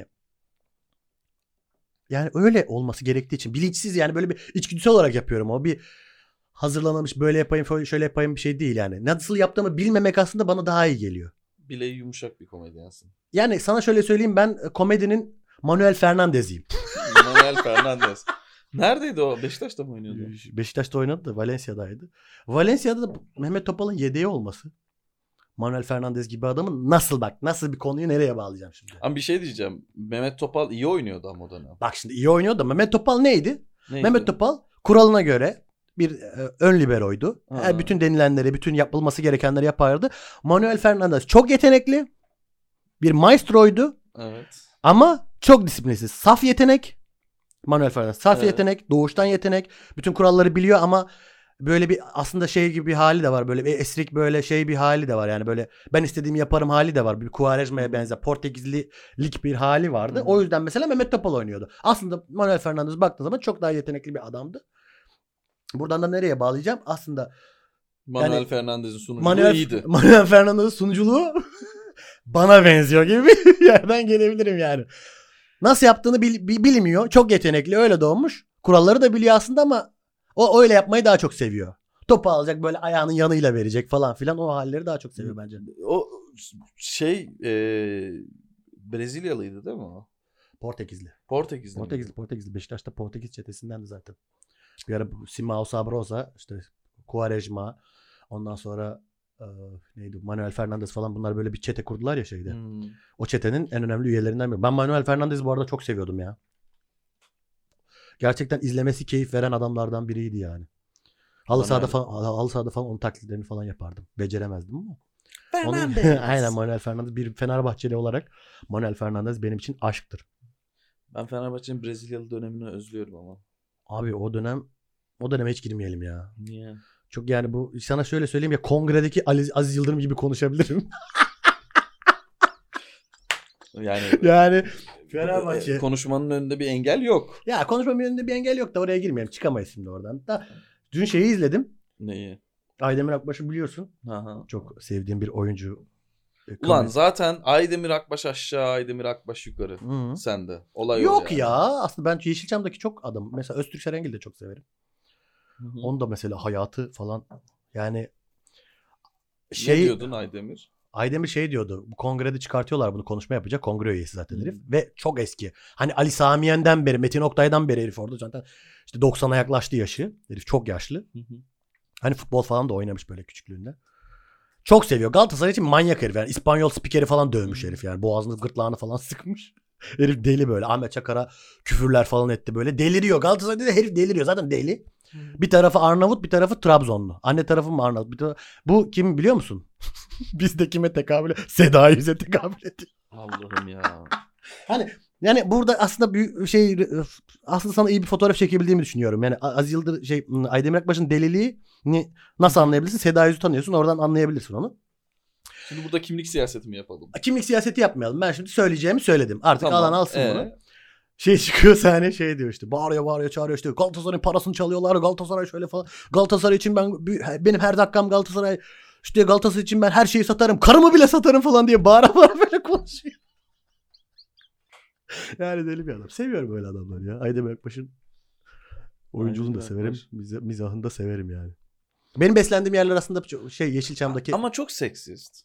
Yani öyle olması gerektiği için bilinçsiz yani böyle bir içgüdüsel olarak yapıyorum. O bir hazırlanmış böyle yapayım şöyle yapayım bir şey değil yani. Nasıl yaptığımı bilmemek aslında bana daha iyi geliyor. Bileği yumuşak bir komedyansın. Yani sana şöyle söyleyeyim ben komedinin Manuel Fernandez'iyim. Manuel Fernandez. Neredeydi o? Beşiktaş'ta mı oynuyordu? Beşiktaş'ta oynadı da Valencia'daydı. Valencia'da da Mehmet Topal'ın yedeği olması. Manuel Fernandez gibi adamın nasıl bir konuyu nereye bağlayacağım şimdi? Ama bir şey diyeceğim. Mehmet Topal iyi oynuyordu ama o dönem. Bak şimdi iyi oynuyordu da Mehmet Topal neydi? Mehmet Topal kuralına göre bir ön liberoydu. Bütün denilenleri, bütün yapılması gerekenleri yapardı. Manuel Fernandez çok yetenekli. Bir maestroydu. Evet. Ama çok disiplinsiz. Saf yetenek. Manuel Fernandez saf yetenek, doğuştan yetenek. Bütün kuralları biliyor ama böyle bir aslında şey gibi bir hali de var. Böyle bir esrik böyle şey bir hali de var. Yani böyle ben istediğimi yaparım hali de var. Bir Quaresma'ya benzer Portekizlilik bir hali vardı. O yüzden mesela Mehmet Topal oynuyordu. Aslında Manuel Fernandez baktığın zaman çok daha yetenekli bir adamdı. Buradan da nereye bağlayacağım? Aslında Manuel Fernandez'in sunuculuğu iyiydi. Manuel Fernandez'in sunuculuğu bana benziyor gibi bir yerden gelebilirim yani. Nasıl yaptığını bilmiyor. Çok yetenekli. Öyle doğmuş. Kuralları da biliyor aslında ama o öyle yapmayı daha çok seviyor. Topu alacak böyle ayağının yanıyla verecek falan filan. O halleri daha çok seviyor bence. O şey Brezilyalıydı değil mi o? Portekizli. Portekizli. Beşiktaş'ta Portekiz çetesindendi zaten. Bir ara Simão Sabrosa, işte Quaresma, ondan sonra neydi Manuel Fernandez falan bunlar böyle bir çete kurdular ya şeyde. O çetenin en önemli üyelerinden biri. Ben Manuel Fernandez'i bu arada çok seviyordum ya. Gerçekten izlemesi keyif veren adamlardan biriydi yani. Halı sahada falan onun taklitlerini falan yapardım. Beceremezdim ama. Fernandes. Aynen Manuel Fernandes. Bir Fenerbahçeli olarak Manuel Fernandes benim için aşktır. Ben Fenerbahçe'nin Brezilyalı dönemini özlüyorum ama. Abi o döneme hiç girmeyelim ya. Niye? Çok yani bu sana şöyle söyleyeyim ya kongredeki Aziz Yıldırım gibi konuşabilirim. Yani Fenerbahçe konuşmanın önünde bir engel yok. Ya konuşmanın önünde bir engel yok da oraya girmeyelim. Çıkamayız şimdi oradan. Da dün şeyi izledim. Neyi? Aydemir Akbaş'ı biliyorsun. Aha. Çok sevdiğim bir oyuncu. Ulan zaten Aydemir Akbaş aşağı, Aydemir Akbaş yukarı. Hı-hı. Sende. Olay yok yani. Ya. Aslında ben Yeşilçam'daki çok adam. Mesela Öztürk Serengil'i de çok severim. Hı-hı. Onun da mesela hayatı falan. Yani ne diyordun Aydemir? Aydemir şey diyordu. Bu kongrede çıkartıyorlar bunu, konuşma yapacak. Kongre üyesi zaten herif. Ve çok eski. Hani Ali Sami Yen'den beri, Metin Oktay'dan beri herif orada. Zaten işte 90'a yaklaştı yaşı. Herif çok yaşlı. Hani futbol falan da oynamış böyle küçüklüğünde. Çok seviyor. Galatasaray için manyak herif. Yani İspanyol spikeri falan dövmüş herif yani. Boğazını, gırtlağını falan sıkmış. Herif deli böyle. Ahmet Çakar'a küfürler falan etti böyle. Deliriyor. Galatasaray'da da herif deliriyor. Zaten deli. Bir tarafı Arnavut, bir tarafı Trabzonlu. Anne tarafı mı Arnavut? Bu kim biliyor musun? Bizde kime tekabül ediyor? Seda Yüz'e tekabül ediyor. Allah'ım ya. Hani yani burada aslında büyük şey, aslında sana iyi bir fotoğraf çekebildiğimi düşünüyorum. Yani Aziz Yıldırım Aydemir Akbaş'ın deliliğini nasıl anlayabilirsin? Seda Yüz'ü tanıyorsun, oradan anlayabilirsin onu. Şimdi burada kimlik siyaseti mi yapalım? Kimlik siyaseti yapmayalım. Ben şimdi söyleyeceğimi söyledim. Artık tamam, alan alsın bunu. Şey çıkıyor sahne şey diyor işte. Bağırıyor çağırıyor işte. Galatasaray'ın parasını çalıyorlar. Galatasaray şöyle falan. Galatasaray için benim her dakikam Galatasaray. İşte Galatasaray için ben her şeyi satarım. Karımı bile satarım falan diye bağıra böyle konuşuyor. Yani deli bir adam. Seviyorum böyle adamları ya. Aydemir Akbaş'ın oyunculuğunu da severim. Mizahını da severim yani. Benim beslendiğim yerler aslında Yeşilçam'daki. Ama çok seksist.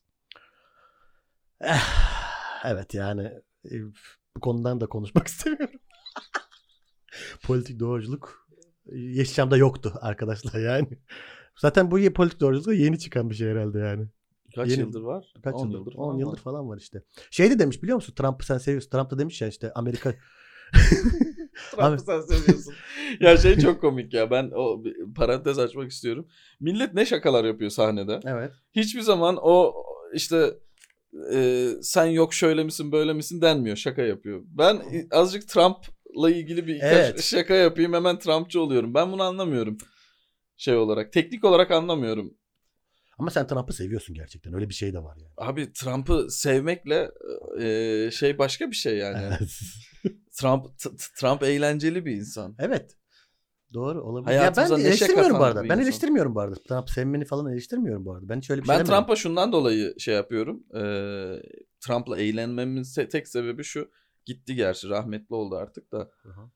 Evet yani bu konudan da konuşmak istemiyorum. Politik doğruculuk Yeşilçam'da yoktu arkadaşlar yani. Zaten bu politik doğruculuk yeni çıkan bir şey herhalde yani. Kaç yıldır var? 10 yıldır falan var işte. Şey de demiş biliyor musun? Trump'ı sen seviyorsun. Trump da demiş ya işte Amerika. Trump'ı sen seviyorsun. Ya şey çok komik ya. Ben o parantez açmak istiyorum. Millet ne şakalar yapıyor sahnede. Evet. Hiçbir zaman o işte sen yok şöyle misin böyle misin denmiyor. Şaka yapıyor. Ben azıcık Trump'la ilgili bir şaka yapayım hemen Trumpçı oluyorum. Ben bunu anlamıyorum. Şey olarak. Teknik olarak anlamıyorum. Ama sen Trump'ı seviyorsun gerçekten. Öyle bir şey de var yani. Abi Trump'ı sevmekle şey başka bir şey yani. Trump eğlenceli bir insan. Evet. Doğru olabilir. Ya ben eleştirmiyorum bu arada. Ben eleştirmiyorum bu arada. Trump sevmeni falan eleştirmiyorum bu arada. Ben hiç öyle bir şey demiyorum. Ben Trump'a şundan dolayı şey yapıyorum. Trump'la eğlenmemin tek sebebi şu. Gitti gerçi rahmetli oldu artık da.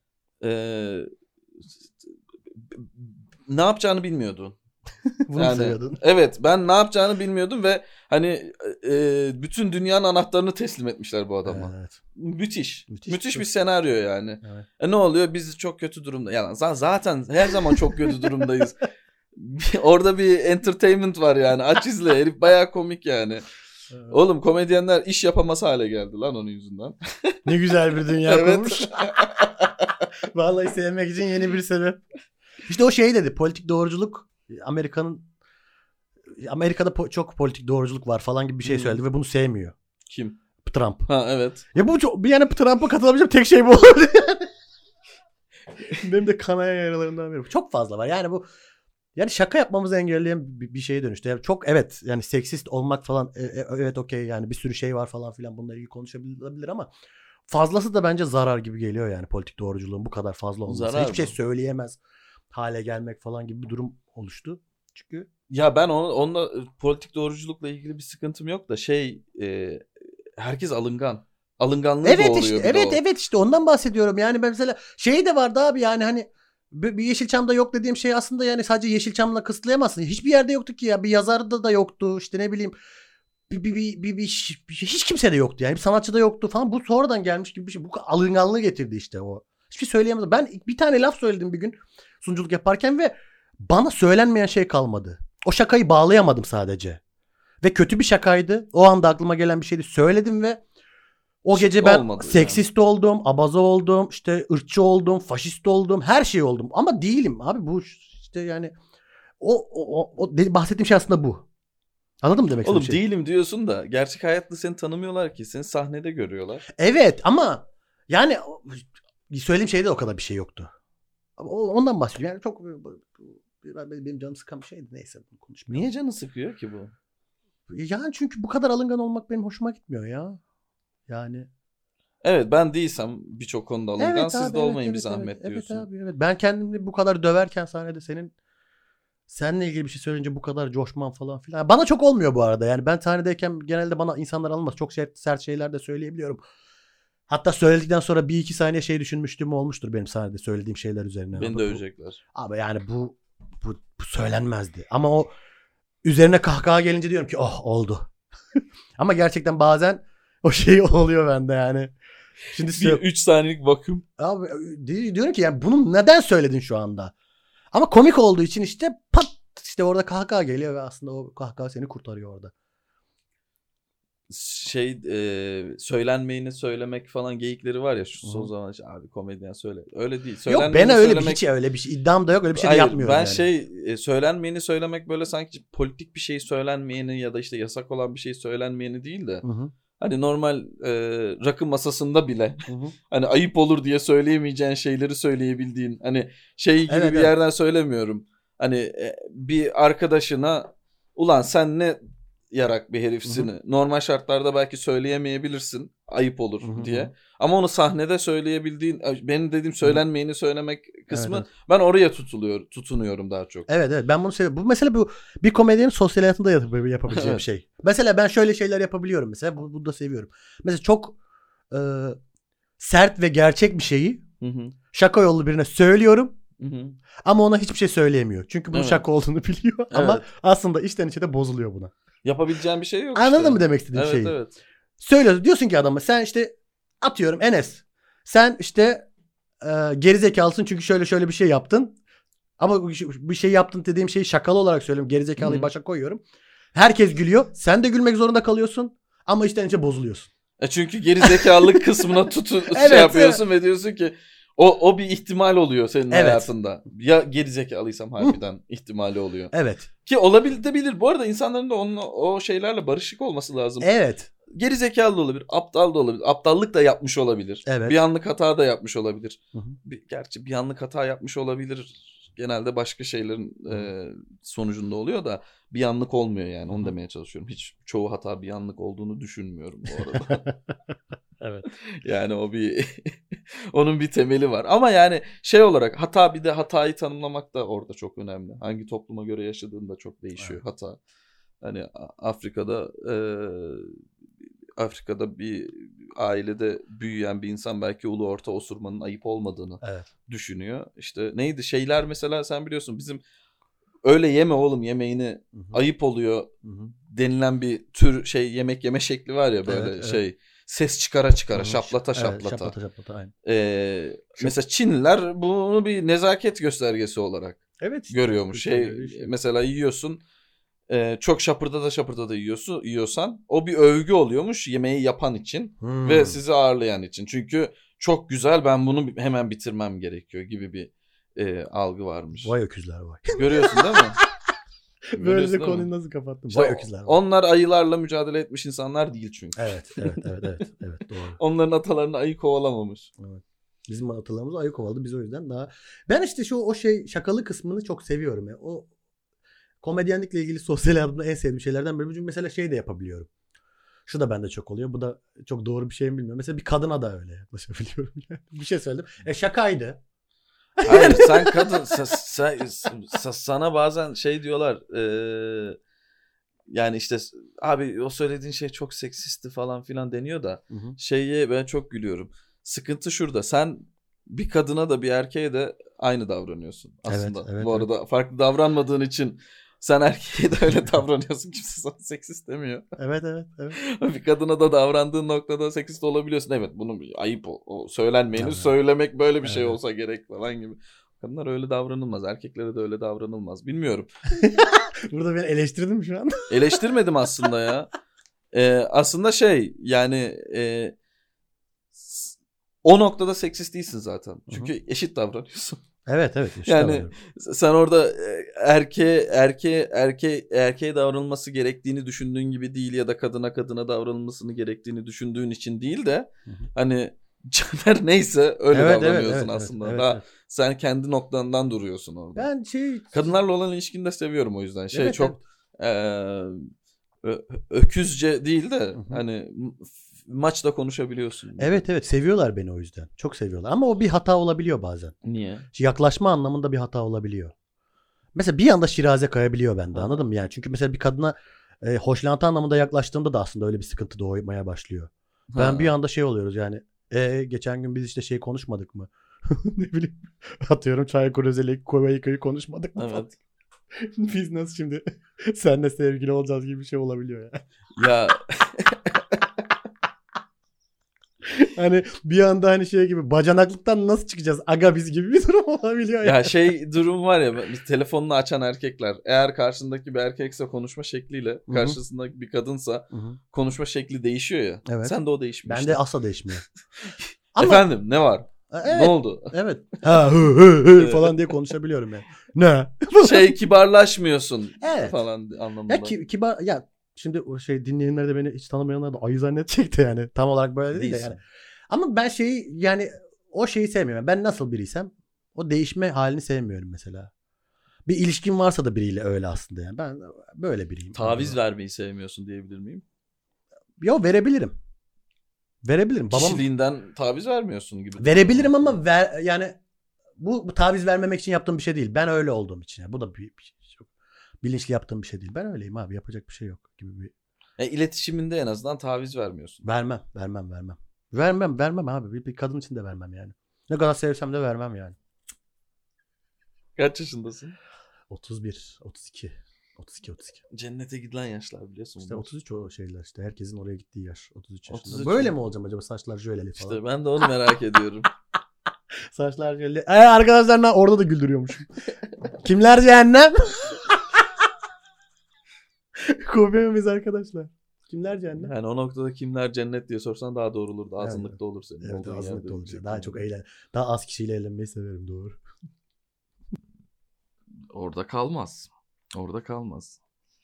Ne yapacağını bilmiyordu. Bunu yani, seviyordun. Evet ben ne yapacağını bilmiyordum ve hani bütün dünyanın anahtarını teslim etmişler bu adama. Evet. Müthiş bir senaryo yani. Evet. Ne oluyor? Biz çok kötü durumda. Yani zaten her zaman çok kötü durumdayız. Orada bir entertainment var yani. Aç izle. Herif bayağı komik yani. Evet. Oğlum komedyenler iş yapamaz hale geldi lan onun yüzünden. Ne güzel bir dünya kurmuş. Vallahi sevmek için yeni bir sebep. İşte o şey dedi. Politik doğruculuk Amerika'da çok politik doğruculuk var falan gibi bir şey söyledi ve bunu sevmiyor. Kim? Trump. Ha evet. Ya bu çok, yani Trump'a katılabileceğim tek şey bu olurdu yani. Benim de kanayan yaralarından biri. Çok fazla var. Yani bu yani şaka yapmamızı engelleyen bir şeye dönüştü. Yani çok evet yani seksist olmak falan evet okey yani bir sürü şey var falan filan bununla ilgili konuşabilir ama fazlası da bence zarar gibi geliyor yani politik doğruculuğun bu kadar fazla olması. Zarar hiçbir şey söyleyemez hale gelmek falan gibi bir durum oluştu. Çünkü ya ben onunla politik doğruculukla ilgili bir sıkıntım yok da herkes alıngan. Alınganlığı doğuruyor. Işte, evet işte ondan bahsediyorum. Yani ben mesela şey de vardı abi yani hani bir Yeşilçam'da yok dediğim şey aslında yani sadece Yeşilçam'la kısıtlayamazsın. Hiçbir yerde yoktu ki ya. Bir yazarda da yoktu. İşte ne bileyim hiç kimse de yoktu yani. Bir sanatçı da yoktu falan. Bu sonradan gelmiş gibi bir şey. Bu alınganlığı getirdi işte o. Hiçbir şey söyleyemezdim. Ben bir tane laf söyledim bir gün sunuculuk yaparken ve bana söylenmeyen şey kalmadı. O şakayı bağlayamadım sadece. Ve kötü bir şakaydı. O anda aklıma gelen bir şeydi. Söyledim ve o gece ben seksist oldum, abaza oldum, işte ırkçı oldum, faşist oldum, her şey oldum. Ama değilim abi bu işte yani o bahsettiğim şey aslında bu. Anladın mı demek istediğim şey? Oğlum değilim diyorsun da gerçek hayatta seni tanımıyorlar ki. Seni sahnede görüyorlar. Evet ama yani söylediğim şeyde o kadar bir şey yoktu. Ondan bahsediyorum. Yani çok benim canım sıkan bir şeydi. Neyse konuşmayalım. Niye canı sıkıyor ki bu? Yani çünkü bu kadar alıngan olmak benim hoşuma gitmiyor ya. Yani. Evet ben değilsem birçok konuda alıngan evet, siz de olmayın bir zahmet diyorsun. Evet abi evet. Ben kendimi bu kadar döverken sahnede seninle ilgili bir şey söyleyince bu kadar coşman falan filan. Bana çok olmuyor bu arada. Yani ben sahnedeyken genelde bana insanlar alınmaz. Çok sert şeyler de söyleyebiliyorum. Hatta söyledikten sonra 1-2 saniye düşünmüştüm olmuştur benim sahnede söylediğim şeyler üzerine. Beni dövecekler. Abi yani bu söylenmezdi. Ama o üzerine kahkaha gelince diyorum ki oh oldu. Ama gerçekten bazen o şey oluyor bende yani. Şimdi 3 saniyelik bakım. Abi diyorum ki yani bunu neden söyledin şu anda? Ama komik olduğu için işte pat işte orada kahkaha geliyor ve aslında o kahkaha seni kurtarıyor orada. Söylenmeyeni söylemek falan geyikleri var ya şu son zaman abi komedyen söyle. Öyle değil. Yok ben öyle bir şey iddiam da yok öyle bir şey de yapmıyorum ben yani. Söylenmeyeni söylemek böyle sanki politik bir şey söylenmeyeni ya da işte yasak olan bir şey söylenmeyeni değil de hani normal rakı masasında bile hani ayıp olur diye söyleyemeyeceğin şeyleri söyleyebildiğin hani gibi bir yerden söylemiyorum. Hani bir arkadaşına ulan sen ne yarak bir herifsin. Normal şartlarda belki söyleyemeyebilirsin. Ayıp olur diye. Ama onu sahnede söyleyebildiğin benim dediğim söylenmeyeni söylemek kısmı ben oraya tutunuyorum daha çok. Evet ben bunu seviyorum. Bu mesela bir komedyenin sosyal hayatında yapabileceği bir şey. Mesela ben şöyle şeyler yapabiliyorum mesela. Bunu da seviyorum. Mesela çok sert ve gerçek bir şeyi şaka yollu birine söylüyorum. Ama ona hiçbir şey söyleyemiyor. Çünkü bunun şaka olduğunu biliyor. Ama aslında içten içe de bozuluyor buna. Yapabileceğin bir şey yok Anladın mı demek istediğim şeyi? Evet. Söylüyorsun. Diyorsun ki adama sen işte atıyorum Enes. Sen işte gerizekalısın çünkü şöyle bir şey yaptın. Ama bir şey yaptın dediğim şeyi şakalı olarak söylüyorum. Gerizekalıyı başa koyuyorum. Herkes gülüyor. Sen de gülmek zorunda kalıyorsun. Ama içten içe bozuluyorsun. Çünkü gerizekalılık kısmına şey yapıyorsun ve diyorsun ki o bir ihtimal oluyor senin hayatında. Ya gerizekalıysam harbiden ihtimali oluyor. Evet. Ki olabilir. Bu arada insanların da o şeylerle barışık olması lazım. Evet. Gerizekalı da olabilir, aptal da olabilir. Aptallık da yapmış olabilir. Evet. Bir anlık hata da yapmış olabilir. Gerçi bir anlık hata yapmış olabilir. Genelde başka şeylerin sonucunda oluyor da bir anlık olmuyor yani. Onu demeye çalışıyorum. Hiç çoğu hata bir anlık olduğunu düşünmüyorum bu arada. Evet. Yani onun bir temeli var. Ama yani olarak bir de hatayı tanımlamak da orada çok önemli. Hangi topluma göre yaşadığında çok değişiyor hata. Hani Afrika'da bir ailede büyüyen bir insan belki ulu orta osurmanın ayıp olmadığını düşünüyor. İşte neydi şeyler mesela sen biliyorsun bizim öyle yeme oğlum yemeğini ayıp oluyor denilen bir tür yemek yeme şekli var ya böyle ses çıkara şaplata. Şaplata aynen. Mesela Çinliler bunu bir nezaket göstergesi olarak görüyormuş. Mesela yiyorsun çok şapırda yiyorsan o bir övgü oluyormuş yemeği yapan için ve sizi ağırlayan için. Çünkü çok güzel ben bunu hemen bitirmem gerekiyor gibi bir algı varmış. Vay öküzler vay. Görüyorsun değil mi? Böyle de konuyu nasıl kapattım? Vay öküzler vay. Onlar ayılarla mücadele etmiş insanlar değil çünkü. Evet doğru. Onların atalarını ayı kovalamamış. Evet. Bizim atalarımız ayı kovaladı biz o yüzden daha. Ben işte şakalı kısmını çok seviyorum ya. O komedyenlikle ilgili sosyal hayatımda en sevdiğim şeylerden biri. Çünkü mesela de yapabiliyorum. Şu da bende çok oluyor. Bu da çok doğru bir şey mi bilmiyorum. Mesela bir kadına da öyle yaklaşabiliyorum. Bir şey söyledim. Şakaydı. Hayır sen kadın sana bazen diyorlar yani işte abi o söylediğin şey çok seksisti falan filan deniyor da ben çok gülüyorum. Sıkıntı şurada. Sen bir kadına da bir erkeğe de aynı davranıyorsun aslında. Evet, bu arada farklı davranmadığın için sen erkeğe de öyle davranıyorsun. Kimse sana seksist demiyor. Evet. Bir kadına da davrandığın noktada seksist olabiliyorsun. Evet bunun ayıp o söylenmeyeni söylemek böyle bir şey olsa gerek falan gibi. Kadınlar öyle davranılmaz. Erkeklere de öyle davranılmaz. Bilmiyorum. Burada beni eleştirdin mi şu an? Eleştirmedim aslında ya. Aslında yani o noktada seksist değilsin zaten. Çünkü eşit davranıyorsun. Evet. Yani sen orada erkeğe davranılması gerektiğini düşündüğün gibi değil ya da kadına davranılmasını gerektiğini düşündüğün için değil de hani Caner neyse öyle davranıyorsun aslında. Evet. Sen kendi noktandan duruyorsun orada. Ben kadınlarla olan ilişkini de seviyorum o yüzden. Çok öküzce değil de hani maçta konuşabiliyorsun. Evet seviyorlar beni o yüzden. Çok seviyorlar ama o bir hata olabiliyor bazen. Niye? Yaklaşma anlamında bir hata olabiliyor. Mesela bir anda şiraze kayabiliyor bende, anladın mı? Yani çünkü mesela bir kadına hoşlantı anlamında yaklaştığımda da aslında öyle bir sıkıntı doğmaya başlıyor. Ben bir anda oluyoruz yani. Geçen gün biz işte konuşmadık mı? Ne bileyim. Atıyorum Çaykur Rize'yle Kovayka'yı konuşmadık mı? Evet. Biz nasıl şimdi seninle sevgili olacağız gibi bir şey olabiliyor ya. Ya hani bir anda hani gibi bacanaklıktan nasıl çıkacağız aga biz gibi bir durum olabiliyor ya. Ya durum var ya, telefonunu açan erkekler eğer karşısındaki bir erkekse konuşma şekliyle karşısındaki bir kadınsa konuşma şekli değişiyor ya. Evet. Sen de o değişmiyor. Ben de asla değişmiyor. Efendim ne var? Evet. Ne oldu? Evet. Hı falan diye konuşabiliyorum yani. Ne? Kibarlaşmıyorsun falan anlamında. Ya kibar ya şimdi o dinleyenler de beni hiç tanımayanlar da ayı zannedecek de yani tam olarak böyle değil de yani. Ama ben yani o sevmiyorum. Ben nasıl biriysem o değişme halini sevmiyorum mesela. Bir ilişkin varsa da biriyle öyle aslında yani. Ben böyle biriyim. Taviz vermeyi sevmiyorsun diyebilir miyim? Yo verebilirim. Kişiliğinden taviz vermiyorsun gibi. Verebilirim ama yani bu taviz vermemek için yaptığım bir şey değil. Ben öyle olduğum için. Yani bu da bir çok bilinçli yaptığım bir şey değil. Ben öyleyim abi. Yapacak bir şey yok gibi bir. İletişiminde en azından taviz vermiyorsun. Vermem abi. Bir kadın için de vermem yani. Ne kadar sevsem de vermem yani. Kaç yaşındasın? 31, 32. 32. Cennete gidilen yaşlar biliyorsun. İşte 33 o şeyler işte. Herkesin oraya gittiği yaş. 33 yaşında. Böyle mi olacağım acaba? Saçlar jöleli falan. İşte ben de onu merak ediyorum. Saçlar jöleli. Arkadaşlar orada da güldürüyormuşum. Kimler cehennem? Kopya mıyız arkadaşlar? Kimler cehennem? Yani o noktada kimler cennet diye sorsan daha doğru olurdu. Azınlıkta olur senin. Evet, azınlıkta olur. Daha çok daha az kişiyle eğlenmeyi severim, doğru. Orada kalmaz.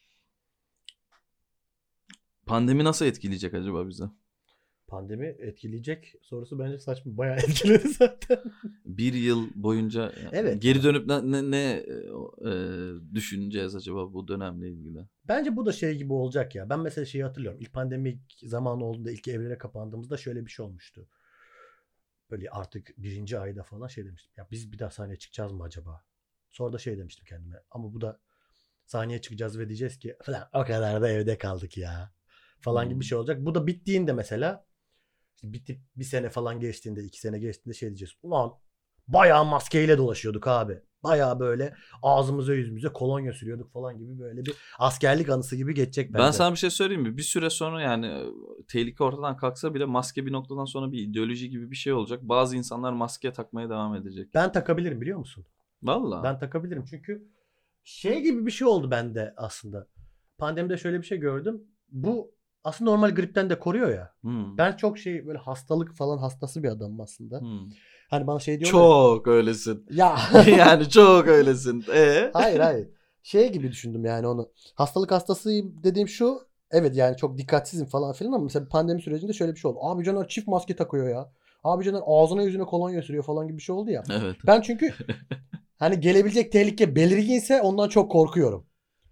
Pandemi nasıl etkileyecek acaba bize? Pandemi etkileyecek sorusu bence saçma. Bayağı etkiledi zaten. Bir yıl boyunca geri dönüp ne düşüneceğiz acaba bu dönemle ilgili? Bence bu da gibi olacak ya. Ben mesela hatırlıyorum. İlk pandemi zamanı olduğunda ilk evlere kapandığımızda şöyle bir şey olmuştu. Böyle artık 1. ayda falan demiştim. Ya biz bir daha sahneye çıkacağız mı acaba? Sonra da demiştim kendime. Ama bu da sahneye çıkacağız ve diyeceğiz ki falan o kadar da evde kaldık ya. Falan gibi bir şey olacak. Bu da bittiğinde mesela bitip bir sene falan geçtiğinde 2 sene geçtiğinde diyeceğiz. Ulan bayağı maskeyle dolaşıyorduk abi. Bayağı böyle ağzımıza yüzümüze kolonya sürüyorduk falan gibi böyle bir askerlik anısı gibi geçecek bence. Ben sana bir şey söyleyeyim mi? Bir süre sonra yani tehlike ortadan kalksa bile maske bir noktadan sonra bir ideoloji gibi bir şey olacak. Bazı insanlar maske takmaya devam edecek. Ben takabilirim biliyor musun? Vallahi. Ben takabilirim çünkü gibi bir şey oldu bende aslında. Pandemide şöyle bir şey gördüm. Bu aslında normal gripten de koruyor ya. Ben çok böyle hastalık falan hastası bir adamım aslında. Hani bana diyorlar. Çok öylesin. Ya. Yani çok öylesin. Hayır. Gibi düşündüm yani onu. Hastalık hastasıyım dediğim şu. Evet yani çok dikkatsizim falan filan ama mesela pandemi sürecinde şöyle bir şey oldu. Abi Caner çift maske takıyor ya. Abi Caner ağzına yüzüne kolonya sürüyor falan gibi bir şey oldu ya. Evet. Ben çünkü hani gelebilecek tehlike belirginse ondan çok korkuyorum.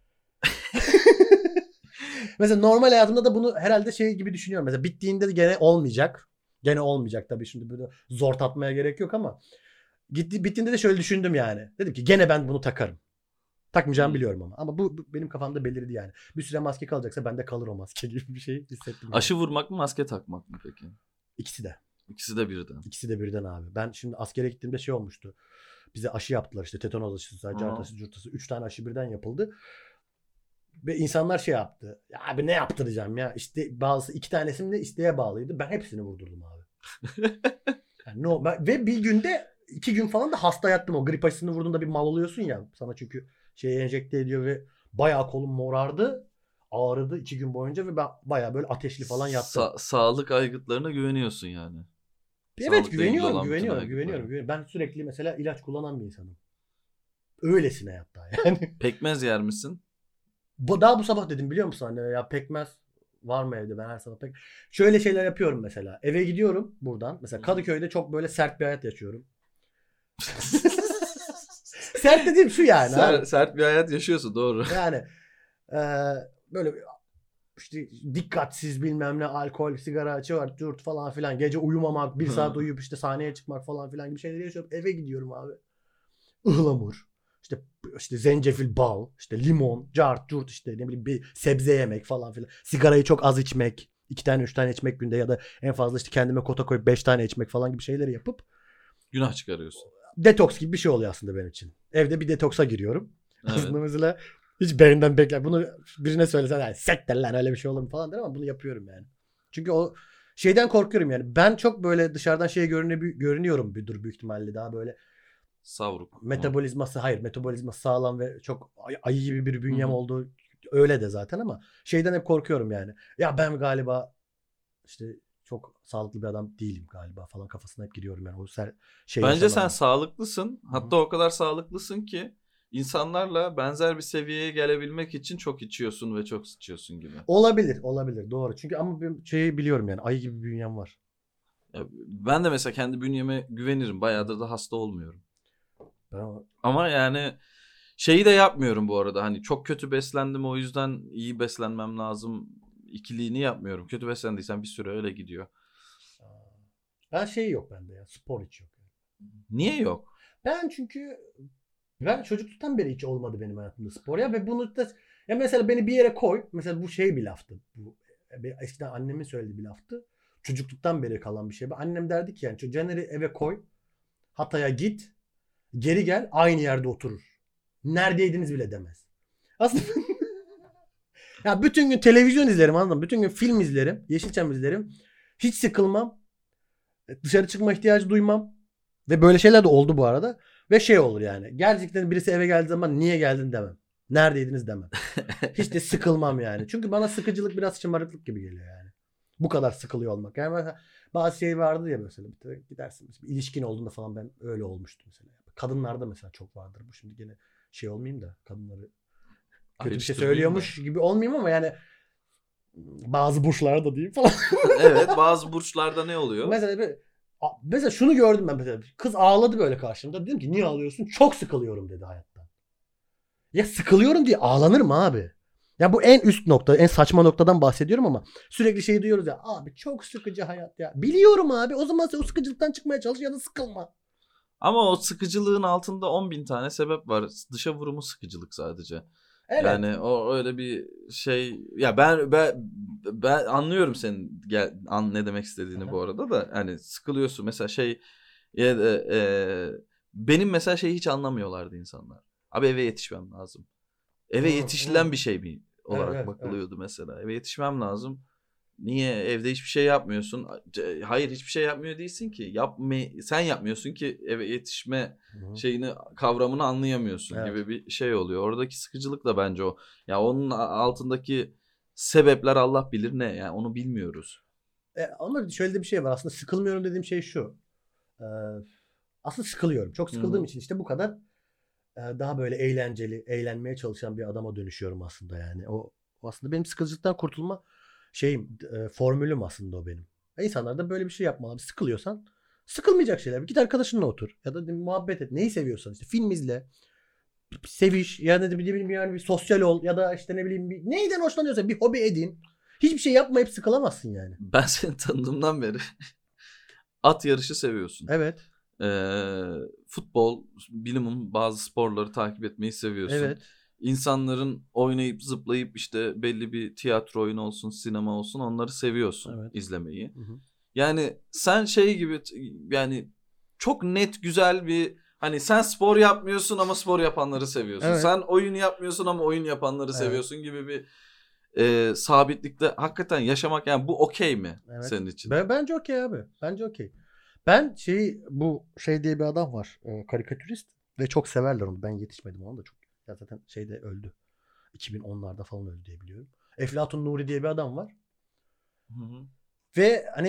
Mesela normal hayatımda da bunu herhalde gibi düşünüyorum. Mesela bittiğinde gene olmayacak. Gene olmayacak tabii, şimdi böyle zor tatmaya gerek yok ama bittiğinde de şöyle düşündüm yani. Dedim ki gene ben bunu takarım. Takmayacağımı biliyorum ama bu benim kafamda belirdi yani. Bir süre maske kalacaksa bende kalır o maske gibi bir şey hissettim. Yani. Aşı vurmak mı maske takmak mı peki? İkisi de. İkisi de birden. İkisi de birden abi. Ben şimdi askere gittiğimde olmuştu. Bize aşı yaptılar işte tetanoz aşısı, cartası, curtası. 3 tane aşı birden yapıldı. Ve insanlar yaptı. Ya abi ne yaptıracağım ya? İşte bazısı 2 tanesinin de isteğe bağlıydı. Ben hepsini vurdurdum abi. Yani ve bir günde 2 gün falan da hasta yattım. O grip aşısını vurduğunda bir mal oluyorsun ya. Sana çünkü enjekte ediyor ve bayağı kolum morardı. Ağrıdı 2 gün boyunca ve ben bayağı böyle ateşli falan yattım. Sağlık aygıtlarına güveniyorsun yani. Evet, güveniyorum. Ben sürekli mesela ilaç kullanan bir insanım. Öylesine hatta yani. Pekmez yer misin? Daha bu sabah dedim biliyor musun anne ya, pekmez var mı evde, ben her sabah şöyle şeyler yapıyorum mesela. Eve gidiyorum buradan. Mesela Kadıköy'de çok böyle sert bir hayat yaşıyorum. Sert dediğim şu yani. Sert bir hayat yaşıyorsun, doğru. Yani böyle işte dikkatsiz bilmem ne, alkol, sigara açıyor, durt falan filan. Gece uyumamak, 1 saat uyuyup işte sahneye çıkmak falan filan gibi şeyler yaşıyorum. Eve gidiyorum abi. Ihlamur, işte zencefil, bal, işte limon, cart, curt, işte ne bileyim bir sebze yemek falan filan. Sigarayı çok az içmek. 2 tane 3 tane içmek günde ya da en fazla işte kendime kota koyup 5 tane içmek falan gibi şeyleri yapıp günah çıkarıyorsun. Detoks gibi bir şey oluyor aslında benim için. Evde bir detoksa giriyorum. Evet. Aslında mesela hiç birinden bekler. Bunu birine söylesen yani sektir lan öyle bir şey olur mu falan der ama bunu yapıyorum yani. Çünkü o şeyden korkuyorum yani. Ben çok böyle dışarıdan görünüyorum büyük ihtimalle, daha böyle savruk. Metabolizması sağlam ve çok ayı gibi bir bünyem olduğu öyle de zaten ama şeyden hep korkuyorum yani. Ya ben galiba işte çok sağlıklı bir adam değilim galiba falan kafasına hep giriyorum yani. Bence sen sağlıklısın. Hatta o kadar sağlıklısın ki insanlarla benzer bir seviyeye gelebilmek için çok içiyorsun ve çok sıçıyorsun gibi. Olabilir doğru. Çünkü ama bir şeyi biliyorum yani, ayı gibi bir bünyem var. Ya ben de mesela kendi bünyeme güvenirim. Bayağıdır da hasta olmuyorum. Ama yani şeyi de yapmıyorum bu arada. Hani çok kötü beslendim, o yüzden iyi beslenmem lazım ikiliğini yapmıyorum. Kötü beslendiysen bir süre öyle gidiyor. Ben yok bende ya. Spor hiç yok. Niye yok? Ben çocukluktan beri hiç olmadı benim hayatımda spor ya, ve bunu da ya mesela beni bir yere koy. Mesela bu bir laftı. Bu eskiden annemin söylediği bir laftı. Çocukluktan beri kalan bir şey. Annem derdi ki yani Caner'i eve koy. Hatay'a git. Geri gel, aynı yerde oturur. Neredeydiniz bile demez. Aslında ya bütün gün televizyon izlerim, anladın mı? Bütün gün film izlerim. Yeşilçam izlerim. Hiç sıkılmam. Dışarı çıkma ihtiyacı duymam. Ve böyle şeyler de oldu bu arada. Ve olur yani. Gerçekten birisi eve geldiği zaman niye geldin demem. Neredeydiniz demem. Hiç de sıkılmam yani. Çünkü bana sıkıcılık biraz şımarıklık gibi geliyor yani. Bu kadar sıkılıyor olmak. Yani mesela bazı şey vardı ya mesela. Gidersin. Bir ilişkin olduğunda falan ben öyle olmuştum mesela. Kadınlarda mesela çok vardır. Bu şimdi gene olmayayım da kadınları kötü bir şey söylüyormuş gibi olmayayım ama yani bazı burçlarda diyeyim falan. Evet, bazı burçlarda ne oluyor? Mesela şunu gördüm ben mesela. Kız ağladı böyle karşımda. Dedim ki niye ağlıyorsun? Çok sıkılıyorum dedi hayattan. Ya sıkılıyorum diye ağlanır mı abi? Ya bu en üst nokta, en saçma noktadan bahsediyorum ama sürekli duyuyoruz ya. Abi çok sıkıcı hayat ya. Biliyorum abi. O zaman sen o sıkıcılıktan çıkmaya çalış ya da sıkılma. Ama o sıkıcılığın altında 10.000 tane sebep var. Dışa vurumu sıkıcılık sadece. Evet. Yani o öyle bir şey. Ya ben anlıyorum senin ne demek istediğini bu arada da. Hani sıkılıyorsun mesela benim mesela hiç anlamıyorlardı insanlar. Abi eve yetişmem lazım. Eve yetişilen bir şey mi olarak bakılıyordu mesela. Eve yetişmem lazım. Niye evde hiçbir şey yapmıyorsun? Hayır, hiçbir şey yapmıyor değilsin ki. Sen yapmıyorsun ki eve yetişme kavramını anlayamıyorsun gibi bir şey oluyor. Oradaki sıkıcılık da bence o. Ya onun altındaki sebepler Allah bilir ne. Yani onu bilmiyoruz. Ama şöyle de bir şey var. Aslında sıkılmıyorum dediğim şey şu. Aslında sıkılıyorum. Çok sıkıldığım için işte bu kadar daha böyle eğlenceli, eğlenmeye çalışan bir adama dönüşüyorum aslında yani. O aslında benim sıkıcılıktan kurtulma formülüm aslında o benim. İnsanlar da böyle bir şey yapmalı. Sıkılıyorsan sıkılmayacak şeyler. Git arkadaşınla otur. Ya da muhabbet et. Neyi seviyorsan işte film izle. Seviş ya da ne bileyim yani bir sosyal ol ya da işte ne bileyim neyden hoşlanıyorsan bir hobi edin. Hiçbir şey yapmayıp sıkılamazsın yani. Ben seni tanıdığımdan beri at yarışı seviyorsun. Evet. Futbol, bilimum bazı sporları takip etmeyi seviyorsun. Evet. İnsanların oynayıp zıplayıp işte belli bir tiyatro oyunu olsun, sinema olsun onları seviyorsun izlemeyi. Hı. Yani sen gibi yani çok net güzel bir hani sen spor yapmıyorsun ama spor yapanları seviyorsun. Evet. Sen oyun yapmıyorsun ama oyun yapanları seviyorsun gibi bir sabitlikte hakikaten yaşamak yani bu okey mi senin için? Bence okey abi. Bence okey. Ben bu diye bir adam var. Karikatürist ve çok severler onu. Ben yetişmedim ona da çok. Ya zaten öldü. 2010'larda falan öldü diye biliyorum. Eflatun Nuri diye bir adam var. Hı. Ve hani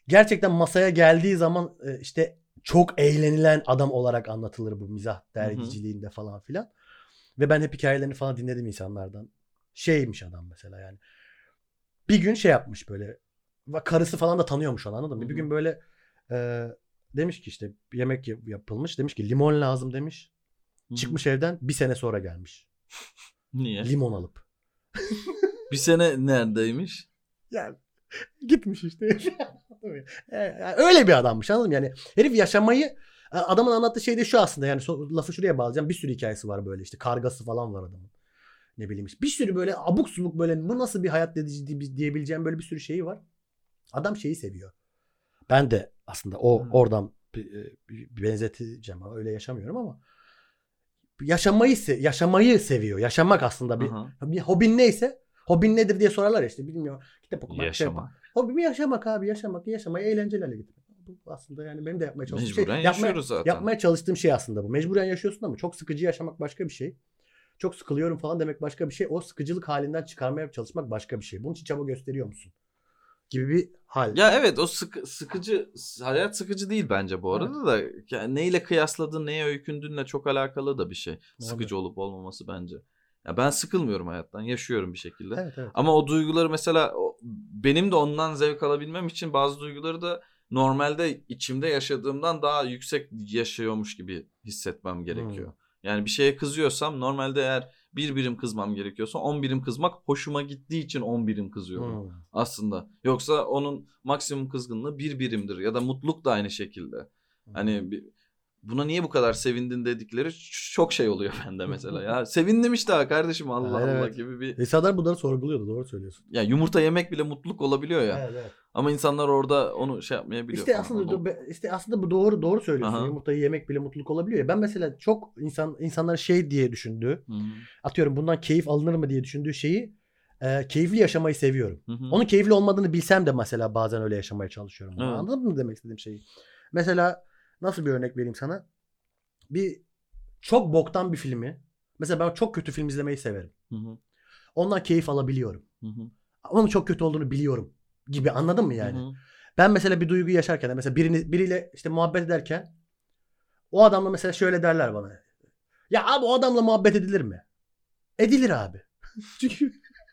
gerçekten masaya geldiği zaman işte çok eğlenilen adam olarak anlatılır bu mizah dergiciliğinde falan filan. Ve ben hep hikayelerini falan dinledim insanlardan. Şeymiş adam mesela yani. Bir gün şey yapmış böyle. Karısı falan da tanıyormuş onu, anladın mı? Bir gün böyle demiş ki işte bir yemek yapılmış. Demiş ki limon lazım demiş. Çıkmış evden, bir sene sonra gelmiş. Niye? Limon alıp. Bir sene neredeymiş? Yani gitmiş işte. Yani öyle bir adammış, anladın mı? Yani herif yaşamayı, adamın anlattığı şey de şu aslında, yani lafı şuraya bağlayacağım. Bir sürü hikayesi var böyle, işte kargası falan var adamın. Ne bileyim işte. Bir sürü böyle abuk subuk, böyle bu nasıl bir hayat diyebileceğim böyle bir sürü şeyi var. Adam şeyi seviyor. Ben de aslında oradan bir benzeteceğim ama öyle yaşamıyorum ama yaşamayı seviyor. Yaşamak aslında bir hobin neyse, hobin nedir diye sorarlar ya, işte bilmiyorum. Kitap okumak. Yaşamak. Hobimi yaşamak abi, yaşamayı eğlenceli hale getirmek. Bu aslında yani benim de yapmaya çalıştığım Mecburen yaşıyoruz zaten. Yapmaya çalıştığım şey aslında bu. Mecburen yaşıyorsun ama çok sıkıcı yaşamak başka bir şey. Çok sıkılıyorum falan demek başka bir şey. O sıkıcılık halinden çıkarmaya çalışmak başka bir şey. Bunun için çaba gösteriyor musun? Gibi bir hal. Ya evet, o sıkıcı, hayat sıkıcı değil bence bu arada da. Yani neyle kıyasladığın, neye öykündüğünle çok alakalı da bir şey. Sıkıcı olup olmaması bence. Ya ben sıkılmıyorum hayattan, yaşıyorum bir şekilde. Evet. Ama o duyguları mesela benim de ondan zevk alabilmem için bazı duyguları da normalde içimde yaşadığımdan daha yüksek yaşıyormuş gibi hissetmem gerekiyor. Yani bir şeye kızıyorsam normalde eğer bir birim kızmam gerekiyorsa 10 birim kızmak hoşuma gittiği için 10 birim kızıyorum aslında. Yoksa onun maksimum kızgınlığı bir birimdir ya da mutluluk da aynı şekilde. Hani buna niye bu kadar sevindin dedikleri çok şey oluyor bende mesela. Ya sevindim işte kardeşim, Allah Allah gibi bir. İnsanlar bunları sorguluyordu, doğru söylüyorsun. Ya yumurta yemek bile mutluluk olabiliyor ya. Evet. Ama insanlar orada onu şey yapmayabiliyor. İşte aslında bu doğru söylüyorsun. Aha. Yumurtayı yemek bile mutluluk olabiliyor ya. Ben mesela çok insanların şey diye düşündüğü, atıyorum bundan keyif alınır mı diye düşündüğü şeyi keyifli yaşamayı seviyorum. Onun keyifli olmadığını bilsem de mesela bazen öyle yaşamaya çalışıyorum. Anladın mı demek istediğim şeyi? Mesela nasıl bir örnek vereyim sana? Bir çok boktan bir filmi. Mesela ben çok kötü film izlemeyi severim. Ondan keyif alabiliyorum. Onun çok kötü olduğunu biliyorum gibi, anladın mı yani? Ben mesela bir duyguyu yaşarken, mesela biriyle işte muhabbet ederken o adamla mesela şöyle derler bana. Ya abi, o adamla muhabbet edilir mi? Edilir abi. Çünkü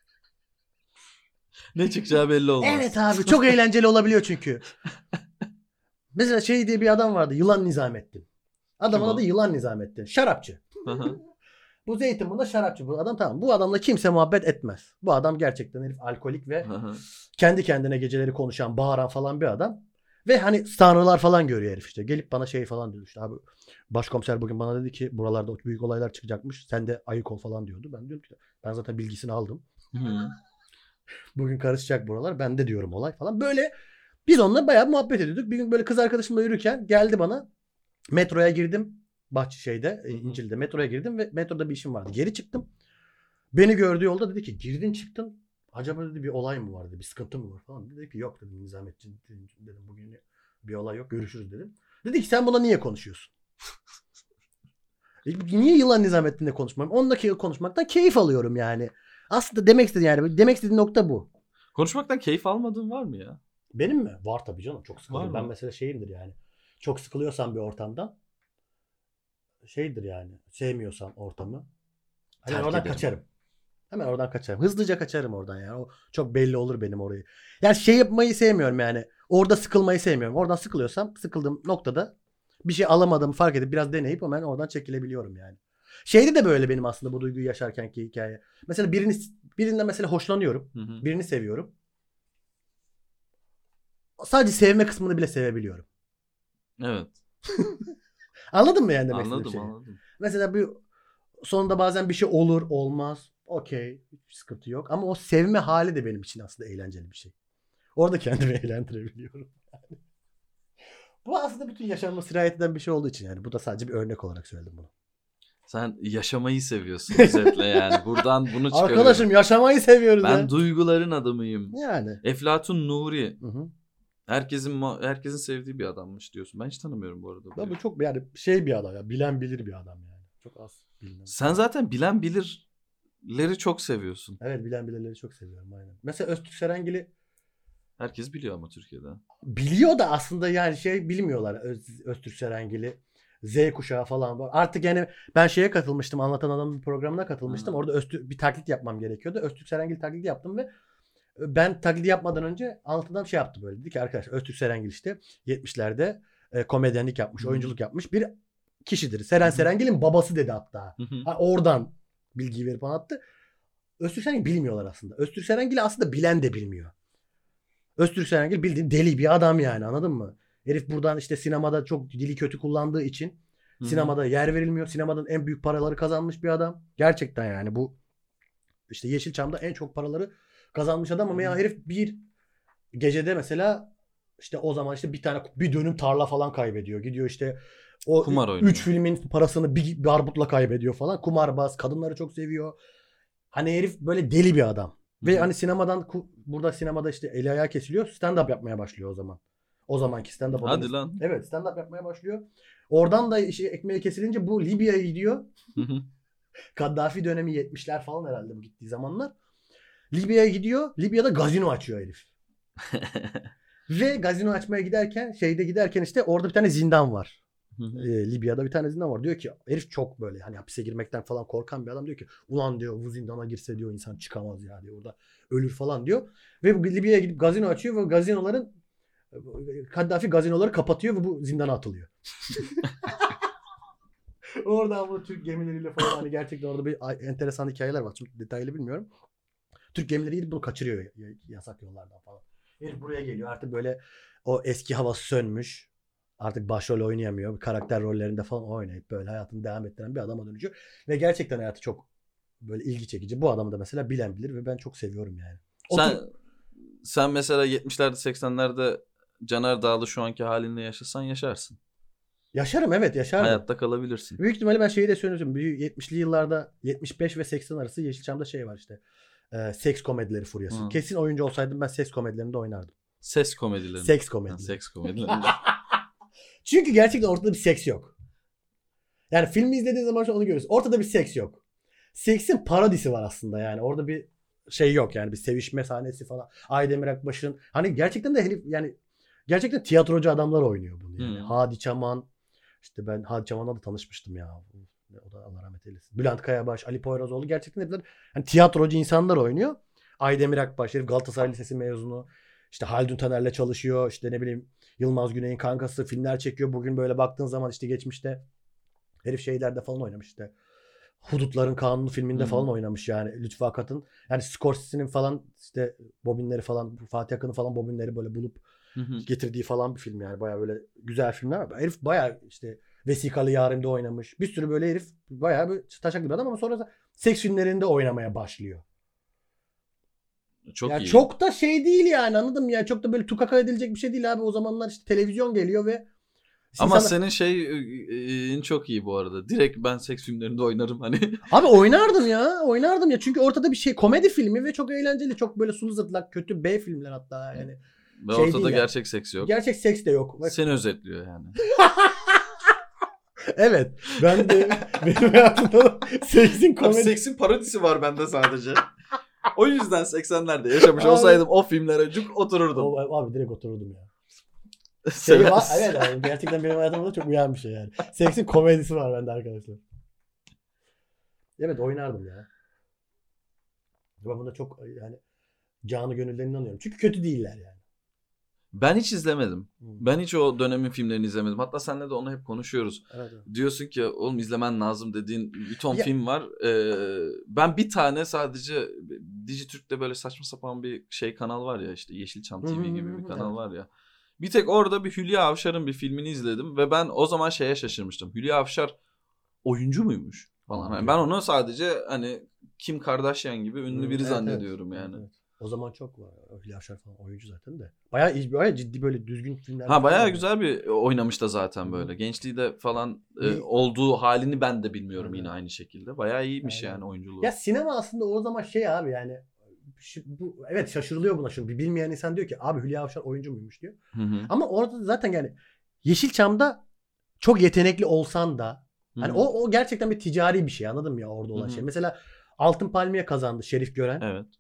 ne çıkacağı belli olmaz. Evet abi, çok eğlenceli olabiliyor çünkü. Mesela şey diye bir adam vardı, Yılan Nizamettin. Adamın adı Yılan Nizamettin. Şarapçı. Bu Zeytinburnu'nda şarapçı bu adam, tamam. Bu adamla kimse muhabbet etmez. Bu adam gerçekten herif alkolik ve kendi kendine geceleri konuşan, bağıran falan bir adam. Ve hani tanrılar falan görüyor herif işte. Gelip bana şey falan diyor işte, abi başkomiser bugün bana dedi ki buralarda büyük olaylar çıkacakmış. Sen de ayık ol falan diyordu. Ben diyorum ki ben zaten bilgisini aldım. Bugün karışacak buralar. Ben de diyorum olay falan. Böyle biz onunla bayağı muhabbet ediyorduk. Bir gün böyle kız arkadaşımla yürürken geldi bana. Metroya girdim. İncil'de metroya girdim ve metroda bir işim vardı. Geri çıktım. Beni gördüğü yolda dedi ki girdin çıktın. Acaba dedi bir olay mı var dedi. Bir sıkıntı mı var falan. Dedi ki yok dedim, Nizamettin dedim, bugün bir olay yok, görüşürüz dedim. Dedi ki sen buna niye konuşuyorsun? Niye Yılan Nizamettin'le konuşmam? Ondaki konuşmaktan keyif alıyorum yani. Aslında demek istediğim nokta bu. Konuşmaktan keyif almadığın var mı ya? Benim mi? Var tabii canım, çok sıkılıyorum. Ben mesela şeyimdir yani. Çok sıkılıyorsam bir ortamdan şeydir yani, sevmiyorsam ortamı hemen oradan kaçarım. Hemen oradan kaçarım. Hızlıca kaçarım oradan yani. O çok belli olur benim orayı. Yani şey yapmayı sevmiyorum yani. Orada sıkılmayı sevmiyorum. Oradan sıkılıyorsam sıkıldığım noktada bir şey alamadığımı fark edip biraz deneyip hemen oradan çekilebiliyorum yani. Şeyde de böyle benim aslında bu duyguyu yaşarkenki hikaye. Mesela birinden mesela hoşlanıyorum. Birini seviyorum. Sadece sevme kısmını bile sevebiliyorum. Evet. Anladın mı yani demek istediğim şeyi? Anladım. Mesela sonunda bazen bir şey olur, olmaz. Okey, hiç sıkıntı yok. Ama o sevme hali de benim için aslında eğlenceli bir şey. Orada kendimi eğlendirebiliyorum. Bu aslında bütün yaşamıma sirayet eden bir şey olduğu için yani. Bu da sadece bir örnek olarak söyledim bunu. Sen yaşamayı seviyorsun özetle yani. Buradan bunu çıkarıyorum. Arkadaşım yaşamayı seviyoruz ben duyguların adamıyım. Yani. Eflatun Nuri. Herkesin sevdiği bir adammış diyorsun. Ben hiç tanımıyorum bu arada. Bu çok yani şey bir adam ya. Bilen bilir bir adam yani. Çok az bilinen. Sen zaten bilen bilirleri çok seviyorsun. Evet, bilen bilirleri çok seviyorum aynen. Mesela Öztürk Serengil'i Herkes biliyor ama Türkiye'de. Biliyor da aslında yani bilmiyorlar. Öztürk Serengil'i, Z kuşağı falan var. Artık yani ben şeye katılmıştım. Anlatan Adam'ın programına katılmıştım. Orada bir taklit yapmam gerekiyordu. Öztürk Serengil taklidi yaptım ve ben taklidi yapmadan önce Anlatan Adam yaptı böyle. Dedi ki arkadaşlar Öztürk Serengil işte 70'lerde komedyenlik yapmış, oyunculuk yapmış bir kişidir. Seren Serengil'in babası dedi hatta. Oradan bilgiyi verip anlattı. Öztürk Serengil bilmiyorlar aslında. Öztürk Serengil'i aslında bilen de bilmiyor. Öztürk Serengil bildiğin deli bir adam yani, anladın mı? Herif buradan işte sinemada çok dili kötü kullandığı için sinemada yer verilmiyor. Sinemadan en büyük paraları kazanmış bir adam. Gerçekten yani bu işte Yeşilçam'da en çok paraları kazanmış adam ama ya herif bir gecede mesela işte o zaman işte bir dönüm tarla falan kaybediyor. Gidiyor işte o 3 filmin parasını bir arbutla kaybediyor falan. Kumarbaz, kadınları çok seviyor. Hani herif böyle deli bir adam. Ve hani burada sinemada işte eli ayağı kesiliyor. Stand-up yapmaya başlıyor o zaman. O zamanki stand-up. Hadi lan. Evet, stand-up yapmaya başlıyor. Oradan da ekmeği kesilince bu Libya'ya gidiyor. Kaddafi dönemi 70'ler falan herhalde bu gittiği zamanlar. Libya'ya gidiyor. Libya'da gazino açıyor herif. Ve gazino açmaya giderken işte orada bir tane zindan var. Libya'da bir tane zindan var. Diyor ki herif çok böyle hani hapise girmekten falan korkan bir adam, diyor ki ulan diyor bu zindana girse diyor insan çıkamaz ya diyor, orada ölür falan diyor. Ve bu Libya'ya gidip gazino açıyor ve Kaddafi gazinoları kapatıyor ve bu zindana atılıyor. Oradan bu Türk gemileriyle falan hani gerçekten orada bir enteresan hikayeler var. Çok detaylı bilmiyorum. Türk gemileri gidip bunu kaçırıyor yasak yollardan falan. Herif buraya geliyor artık böyle o eski havası sönmüş. Artık başrol oynayamıyor. Karakter rollerinde falan oynayıp böyle hayatını devam ettiren bir adama dönüşüyor. Ve gerçekten hayatı çok böyle ilgi çekici. Bu adamı da mesela bilen bilir ve ben çok seviyorum yani. Sen mesela 70'lerde 80'lerde Caner Dağlı şu anki halinle yaşasan yaşarsın. Yaşarım, evet yaşarım. Hayatta kalabilirsin. Büyük ihtimalle ben şeyi de söyleyeceğim. 70'li yıllarda 75 ve 80 arası Yeşilçam'da var işte. Seks komedileri furyası. Kesin oyuncu olsaydım ben seks komedilerinde oynardım. Ses komedileri. Seks komedileri. Seks komedileri. Çünkü gerçekten ortada bir seks yok. Yani filmi izlediğin zaman onu görüyorsun. Ortada bir seks yok. Seksin parodisi var aslında yani. Orada bir şey yok yani, bir sevişme sahnesi falan. Aydemir Akbaş'ın hani gerçekten de herif yani gerçekten tiyatrocu adamlar oynuyor bunu yani. Hadi Çaman, işte ben Hadi Çaman'la da tanışmıştım ya. O da Allah rahmet eylesin. Bülent Kayabaş, Ali Poyrazoğlu, gerçekten hepler hani tiyatrocu insanlar oynuyor. Aydemir Akbaş herif Galatasaray Lisesi mezunu. İşte Haldun Taner'le çalışıyor. İşte ne bileyim Yılmaz Güney'in kankası, filmler çekiyor. Bugün böyle baktığın zaman işte geçmişte herif şeylerde falan oynamış işte. Hudutların Kanunu filminde falan oynamış yani Lütfü Akat'ın. Yani Scorsese'nin falan işte bobinleri falan, Fatih Akın'ın falan bobinleri böyle bulup getirdiği falan bir film yani. Bayağı böyle güzel filmler var. Herif bayağı işte Vesikalı Yarim'de oynamış. Bir sürü böyle herif bayağı bir taşaklı bir adam ama sonra seks filmlerinde oynamaya başlıyor. Çok yani iyi. Çok da şey değil yani, anladın mı ya? Çok da böyle tukaka edilecek bir şey değil abi. O zamanlar işte televizyon geliyor ve ama senin şeyin çok iyi bu arada. Direkt ben seks filmlerinde oynarım hani. Abi oynardım ya. Çünkü ortada bir şey komedi filmi ve çok eğlenceli. Çok böyle sulu zırtlak kötü B filmler hatta yani. Ve ortada gerçek seks yok. Gerçek seks de yok. Seni özetliyor yani. Evet. Ben de benim hayatımda seksin komedi. Seksin parodisi var bende sadece. O yüzden 80'lerde yaşamış olsaydım o filmlere cuk otururdum. Abi direkt otururdum ya. Evet abi, gerçekten benim hayatımda çok uyan bir şey yani. Seksin komedisi var bende arkadaşlar. Evet oynardım ya. Ben bunda çok yani canı gönülden inanıyorum. Çünkü kötü değiller yani. Ben hiç izlemedim. Ben hiç o dönemin filmlerini izlemedim. Hatta seninle de onu hep konuşuyoruz. Evet. Diyorsun ki oğlum izlemen lazım dediğin bir ton film var. Ben bir tane sadece Dijitürk'te böyle saçma sapan bir şey kanal var ya, işte Yeşilçam TV gibi bir kanal var ya. Bir tek orada bir Hülya Avşar'ın bir filmini izledim ve ben o zaman şeye şaşırmıştım. Hülya Avşar oyuncu muymuş falan. Yani ben onu sadece hani Kim Kardashian gibi ünlü biri zannediyorum yani. Evet. O zaman çok var. Hülya Avşar falan oyuncu zaten de. Bayağı ciddi böyle düzgün filmler. Bayağı güzel bir oynamış da zaten böyle. Gençliği de falan olduğu halini ben de bilmiyorum yine aynı şekilde. Bayağı iyiymiş yani oyunculuğu. Ya sinema aslında o zaman abi yani evet şaşırılıyor buna şimdi. Bir bilmeyen insan diyor ki abi Hülya Avşar oyuncu muymuş diyor. Ama orada zaten yani Yeşilçam'da çok yetenekli olsan da hani o gerçekten bir ticari bir şey, anladın mı ya orada olan şey. Mesela Altın Palmiye kazandı Şerif Gören. Evet.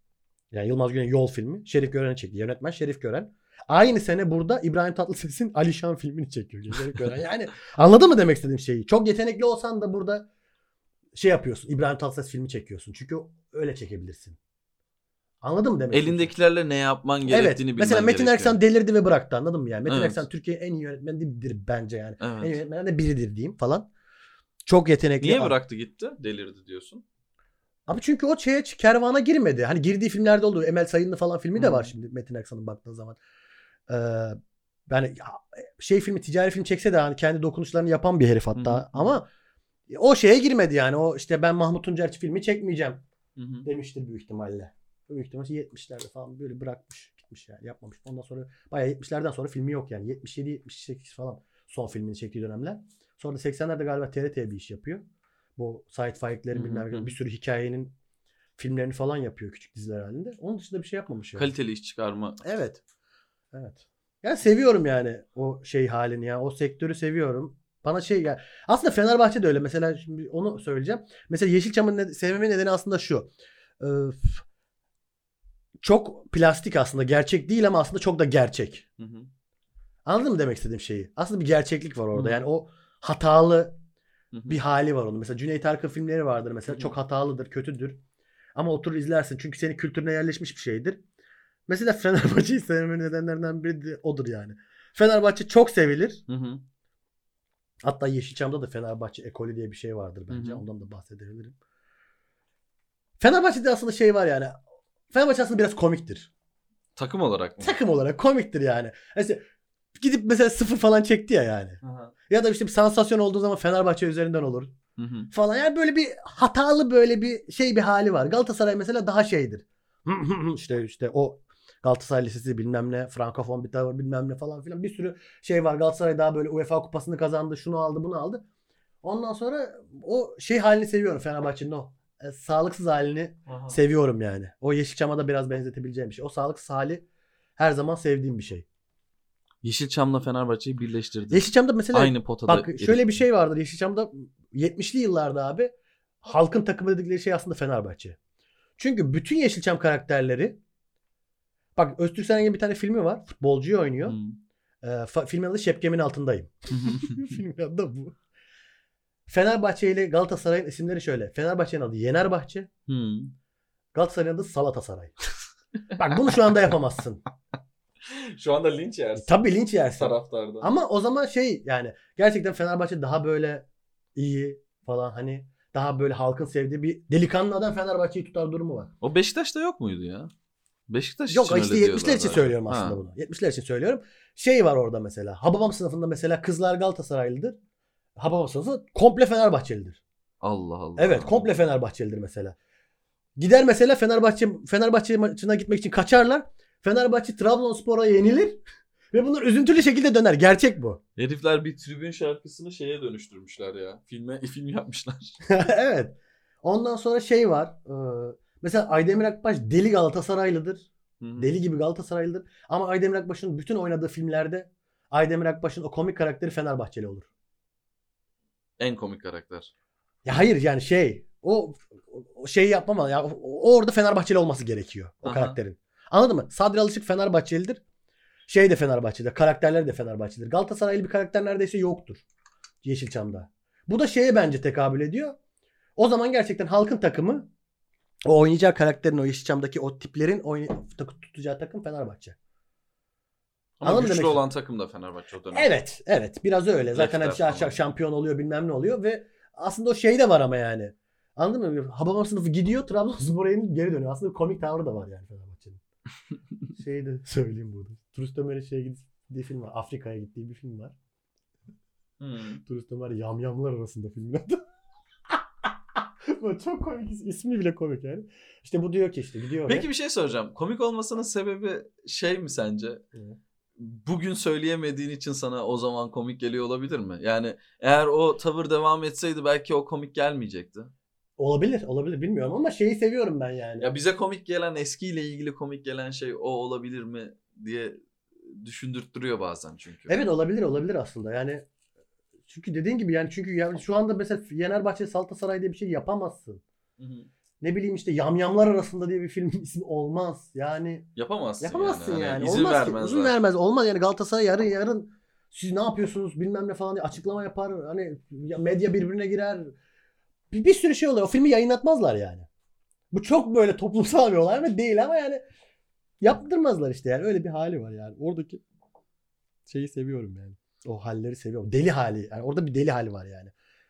Yani Yılmaz Güney Yol filmi. Şerif Gören'i çekti. Yönetmen Şerif Gören. Aynı sene burada İbrahim Tatlıses'in Alişan filmini çekiyor. Şerif Gören. Yani anladın mı demek istediğim şeyi? Çok yetenekli olsan da burada şey yapıyorsun. İbrahim Tatlıses filmi çekiyorsun. Çünkü öyle çekebilirsin. Anladın mı demek istediğim? Elindekilerle ne yapman gerektiğini bilmen mesela Metin gerekiyor. Erksan delirdi ve bıraktı, anladın mı yani? Metin Evet. Erksan Türkiye'nin en iyi yönetmenidir bence yani. Evet. En iyi yönetmenlerden biridir diyeyim falan. Çok yetenekli. Niye bıraktı gitti? Delirdi diyorsun. Abi çünkü o kervana girmedi. Hani girdiği filmlerde oldu. Emel Sayınlı falan filmi de var şimdi Metin Erksan'ın baktığın zaman. Yani filmi, ticari film çekse de hani kendi dokunuşlarını yapan bir herif hatta. Ama o şeye girmedi yani. O işte ben Mahmut Tuncerci filmi çekmeyeceğim demiştir büyük ihtimalle. Büyük ihtimalle 70'lerde falan böyle bırakmış gitmiş yani, yapmamış. Ondan sonra bayağı 70'lerden sonra filmi yok yani. 77-78 falan son filmini çektiği dönemler. Sonra da 80'lerde galiba TRT'ye bir iş yapıyor. Bu Sait Faikler'in bilmem bir sürü hikayenin filmlerini falan yapıyor küçük diziler halinde. Onun dışında bir şey yapmamış yani. Kaliteli iş çıkarma. Evet. Evet. Yani seviyorum yani o halini ya. O sektörü seviyorum. Bana yani aslında Fenerbahçe de öyle. Mesela şimdi onu söyleyeceğim. Mesela Yeşilçam'ın sevmemin nedeni aslında şu. Çok plastik aslında. Gerçek değil ama aslında çok da gerçek. Anladın mı demek istediğim şeyi? Aslında bir gerçeklik var orada. Yani o hatalı bir hali var onun. Mesela Cüneyt Arkın filmleri vardır mesela. Çok hatalıdır, kötüdür. Ama oturur izlersin. Çünkü senin kültürüne yerleşmiş bir şeydir. Mesela Fenerbahçe'yi sevmemin nedenlerinden biri de odur yani. Fenerbahçe çok sevilir. Hatta Yeşilçam'da da Fenerbahçe ekolü diye bir şey vardır bence. Ondan da bahsedebilirim. Fenerbahçe'de aslında var yani. Fenerbahçe aslında biraz komiktir. Takım olarak mı? Takım olarak komiktir yani. Mesela gidip mesela 0 falan çekti ya yani. Ya da işte bir sansasyon olduğu zaman Fenerbahçe üzerinden olur. Falan. Yani böyle bir hatalı böyle bir hali var. Galatasaray mesela daha şeydir. işte o Galatasaray Lisesi bilmem ne, Frankofon bir tavır bilmem ne falan filan bir sürü şey var. Galatasaray daha böyle UEFA kupasını kazandı, şunu aldı, bunu aldı. Ondan sonra o halini seviyorum Fenerbahçe'nin o. Sağlıksız halini seviyorum yani. O Yeşilçam'a da biraz benzetebileceğim bir şey. O sağlıksız hali her zaman sevdiğim bir şey. Yeşilçam'la Fenerbahçe'yi birleştirdi. Yeşilçam'da mesela aynı potada. Bak şöyle bir şey vardır Yeşilçam'da 70'li yıllarda abi halkın takımı dedikleri şey aslında Fenerbahçe. Çünkü bütün Yeşilçam karakterleri bak Öztürk Serengil'in bir tane filmi var. Futbolcuyu oynuyor. Filmin adı Şepkemin Altındayım. Filmin adı da bu. Fenerbahçe ile Galatasaray'ın isimleri şöyle. Fenerbahçe'nin adı Yenerbahçe. Galatasaray'ın adı Salatasaray. Bak bunu şu anda yapamazsın. Şu anda linç yersin. Tabii linç yersin. Taraftarda. Ama o zaman yani gerçekten Fenerbahçe daha böyle iyi falan hani daha böyle halkın sevdiği bir delikanlı adam Fenerbahçe'yi tutar durumu var. O Beşiktaş'ta yok muydu ya? Beşiktaş yok, için işte öyle 70'ler için söylüyorum aslında bunu. 70'ler için söylüyorum. Var orada mesela. Hababam sınıfında mesela kızlar Galatasaraylıdır. Hababam sınıfı komple Fenerbahçelidir. Allah Allah. Evet, komple Fenerbahçelidir mesela. Gider mesela Fenerbahçe maçına gitmek için kaçarlar. Fenerbahçe Trabzonspor'a yenilir ve bunlar üzüntülü şekilde döner. Gerçek bu. Herifler bir tribün şarkısını dönüştürmüşler ya. Film yapmışlar. Evet. Ondan sonra var. Mesela Aydemir Akbaş deli Galatasaraylıdır. Deli gibi Galatasaraylıdır. Ama Aydemir Akbaş'ın bütün oynadığı filmlerde Aydemir Akbaş'ın o komik karakteri Fenerbahçeli olur. En komik karakter. Ya hayır yani o yapmamalı. Ya o orada Fenerbahçeli olması gerekiyor o karakterin. Anladın mı? Sadri Alışık Fenerbahçelidir. De Fenerbahçe'de. Karakterler de Fenerbahçe'dir. Galatasaraylı bir karakter neredeyse yoktur Yeşilçam'da. Bu da bence tekabül ediyor. O zaman gerçekten halkın takımı o oynayacağı karakterin o Yeşilçam'daki o tiplerin tutacağı takım Fenerbahçe. Ama anladın güçlü olan takım da Fenerbahçe o dönem. Evet. Evet. Biraz öyle. Zaten şampiyon oluyor bilmem ne oluyor ve aslında o de var ama yani. Anladın mı? Hababam sınıfı gidiyor Trabzonspor'a geri dönüyor. Aslında komik tavrı da var yani Fenerbahçe'nin. De söyleyeyim burada. Turist Ömer'in gittiği film var. Afrika'ya gittiği bir film var. Turist Ömer yamyamlar arasında filmin adı. Çok komik. İsmi bile komik yani. İşte bu diyor ki gidiyor. Peki bir şey soracağım. Komik olmasının sebebi mi sence? Bugün söyleyemediğin için sana o zaman komik geliyor olabilir mi? Yani eğer o tavır devam etseydi belki o komik gelmeyecekti. Olabilir bilmiyorum ama seviyorum ben yani. Ya bize komik gelen, eskiyle ilgili komik gelen şey o olabilir mi diye düşündürttürüyor bazen çünkü. Evet olabilir aslında yani. Çünkü dediğin gibi yani şu anda mesela Fenerbahçe Galatasaray diye bir şey yapamazsın. ne bileyim işte Yamyamlar Arasında diye bir film ismi olmaz. Yani yapamazsın yani. İzin Olmaz vermezler. İzin vermez. Olmaz yani Galatasaray yarın siz ne yapıyorsunuz bilmem ne falan diye açıklama yapar. Hani medya birbirine girer. Bir sürü şey oluyor. O filmi yayınlatmazlar yani. Bu çok böyle toplumsal bir olay mı? Değil ama yani yaptırmazlar işte yani. Öyle bir hali var yani. Oradaki şeyi seviyorum yani. O halleri seviyorum. Deli hali. Yani orada bir deli hali var yani.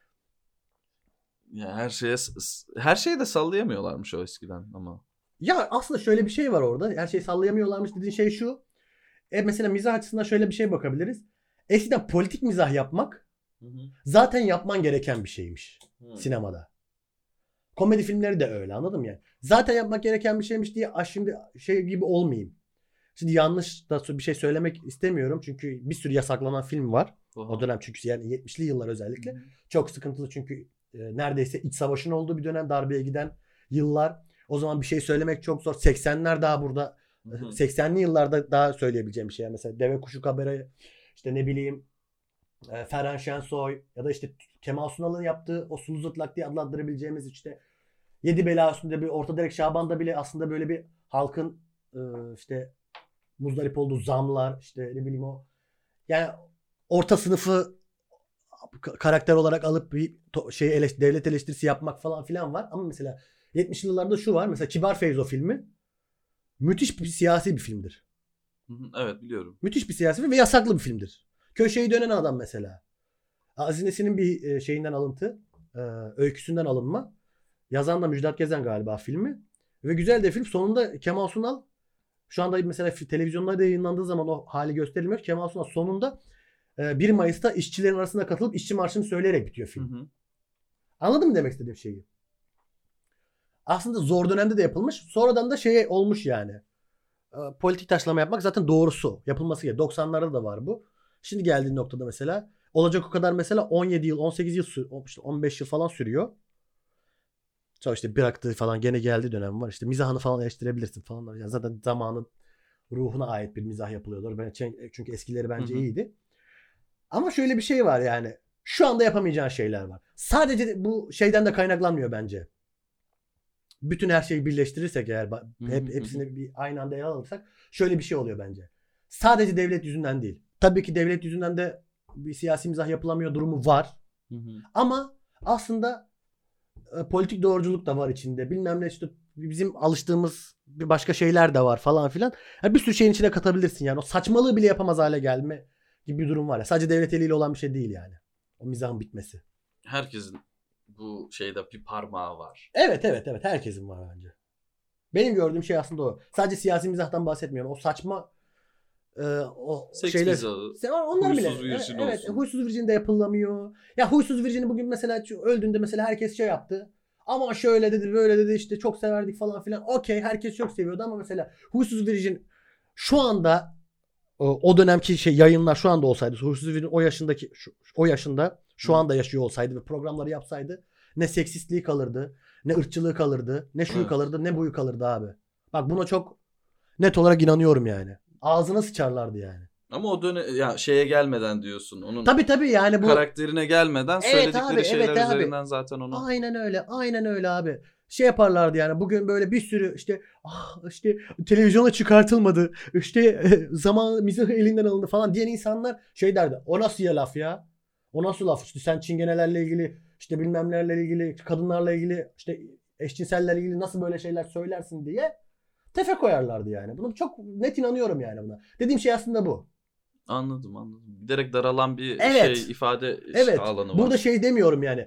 Ya her şeyi de sallayamıyorlarmış o eskiden ama. Ya aslında şöyle bir şey var orada. Her şeyi sallayamıyorlarmış dediğin şey şu. Mesela mizah açısından şöyle bir şey bakabiliriz. Eskiden politik mizah yapmak zaten yapman gereken bir şeymiş sinemada. Komedi filmleri de öyle, anladın mı yani? Zaten yapmak gereken bir şeymiş diye şimdi şey gibi olmayayım. Şimdi yanlış da bir şey söylemek istemiyorum. Çünkü bir sürü yasaklanan film var. O dönem çünkü yani 70'li yıllar özellikle. Çok sıkıntılı çünkü neredeyse iç savaşın olduğu bir dönem, darbeye giden yıllar. O zaman bir şey söylemek çok zor. 80'ler daha burada. 80'li yıllarda daha söyleyebileceğim bir şey. Mesela Deve Kuşu Kabare, işte ne bileyim Ferhan Şensoy ya da işte Kemal Sunal'ın yaptığı o sulu zırtlak diye adlandırabileceğimiz işte Yedi Bela Üstünde bir Orta Direk Şaban'da bile aslında böyle bir halkın işte muzdarip olduğu zamlar, işte ne bileyim o yani orta sınıfı karakter olarak alıp bir devlet eleştirisi yapmak falan filan var. Ama mesela 70'li yıllarda şu var. Mesela Kibar Feyzo filmi müthiş bir siyasi bir filmdir. Evet, biliyorum. Müthiş bir siyasi film ve yasaklı bir filmdir. Köşeyi dönen adam mesela. Aziz Nesin'in bir şeyinden alıntı, öyküsünden alınma. Yazan da Müjdat Gezen galiba filmi. Ve güzel de film. Sonunda Kemal Sunal, şu anda mesela televizyonlarda yayınlandığı zaman o hali gösterilmiyor. Kemal Sunal sonunda 1 Mayıs'ta işçilerin arasında katılıp işçi marşını söyleyerek bitiyor film. Anladın mı demek istediğim şeyi? Aslında zor dönemde de yapılmış. Sonradan da şey olmuş yani. Politik taşlama yapmak zaten doğrusu. Yapılması gerekiyor. 90'larda da var bu. Şimdi geldiği noktada mesela olacak o kadar mesela 17 yıl, 18 yıl, 15 yıl falan sürüyor. Sonra işte bıraktığı falan gene geldiği dönem var. İşte mizahını falan eleştirebilirsin falan. Yani zaten zamanın ruhuna ait bir mizah yapılıyordur. Çünkü eskileri bence iyiydi. Ama şöyle bir şey var yani. Şu anda yapamayacağın şeyler var. Sadece bu şeyden de kaynaklanmıyor bence. Bütün her şeyi birleştirirsek eğer hepsini bir aynı anda ele alırsak şöyle bir şey oluyor bence. Sadece devlet yüzünden değil. Tabii ki devlet yüzünden de bir siyasi mizah yapılamıyor durumu var. Ama aslında politik doğruculuk da var içinde. Bilmem ne işte bizim alıştığımız bir başka şeyler de var falan filan. Yani bir sürü şeyin içine katabilirsin yani. O saçmalığı bile yapamaz hale gelme gibi bir durum var ya. Sadece devlet eliyle olan bir şey değil yani. O mizahın bitmesi. Herkesin bu şeyde bir parmağı var. Evet. Herkesin var bence. Benim gördüğüm şey aslında o. Sadece siyasi mizahtan bahsetmiyorum. O saçma o seks şeyler. Onlar huysuz bile. virjin Evet, olsun. huysuz virjin de yapılamıyor. Ya huysuz virjini bugün mesela öldüğünde mesela herkes şey yaptı. Ama şöyle dedi, böyle dedi, işte çok severdik falan filan. Okey, herkes çok seviyordu ama mesela huysuz virjin şu anda o dönemki yayınlar şu anda olsaydı, huysuz virjin o yaşında şu anda yaşıyor olsaydı ve programları yapsaydı ne seksistliği kalırdı, ne ırkçılığı kalırdı, ne şuyu kalırdı, ne buyu kalırdı abi. Bak buna çok net olarak inanıyorum yani. Ağzına sıçarlardı yani. Ama o dönem ya şeye gelmeden diyorsun. Onun tabii yani bu karakterine gelmeden söyledikleri şeyler evet üzerinden zaten onu. Aynen öyle abi. Şey yaparlardı yani bugün böyle bir sürü işte televizyona çıkartılmadı. İşte zaman mizahı elinden alındı falan diyen insanlar şey derdi. O nasıl ya laf ya? O nasıl laf? İşte sen çingenelerle ilgili, işte bilmem nelerle ilgili, kadınlarla ilgili, işte eşcinsellerle ilgili nasıl böyle şeyler söylersin diye tefe koyarlardı yani. Bunu çok net inanıyorum yani buna. Dediğim şey aslında bu. Anladım. Giderek daralan bir ifade alanı var. Burada şey demiyorum yani.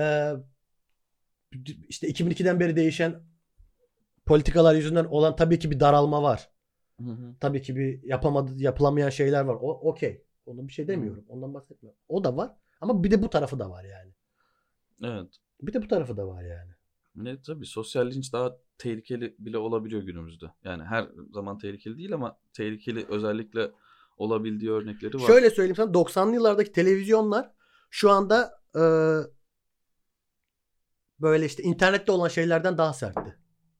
İşte 2002'den beri değişen politikalar yüzünden olan tabii ki bir daralma var. Tabii ki bir yapılamayan şeyler var. O okey. Ondan bir şey demiyorum. Ondan bahsetmiyorum. O da var. Ama bir de bu tarafı da var yani. Evet. Bir de bu tarafı da var yani. Ne tabii sosyal linç daha tehlikeli bile olabiliyor günümüzde. Yani her zaman tehlikeli değil ama tehlikeli özellikle olabildiği örnekleri var. Şöyle söyleyeyim sana 90'lı yıllardaki televizyonlar şu anda böyle işte internette olan şeylerden daha sertti.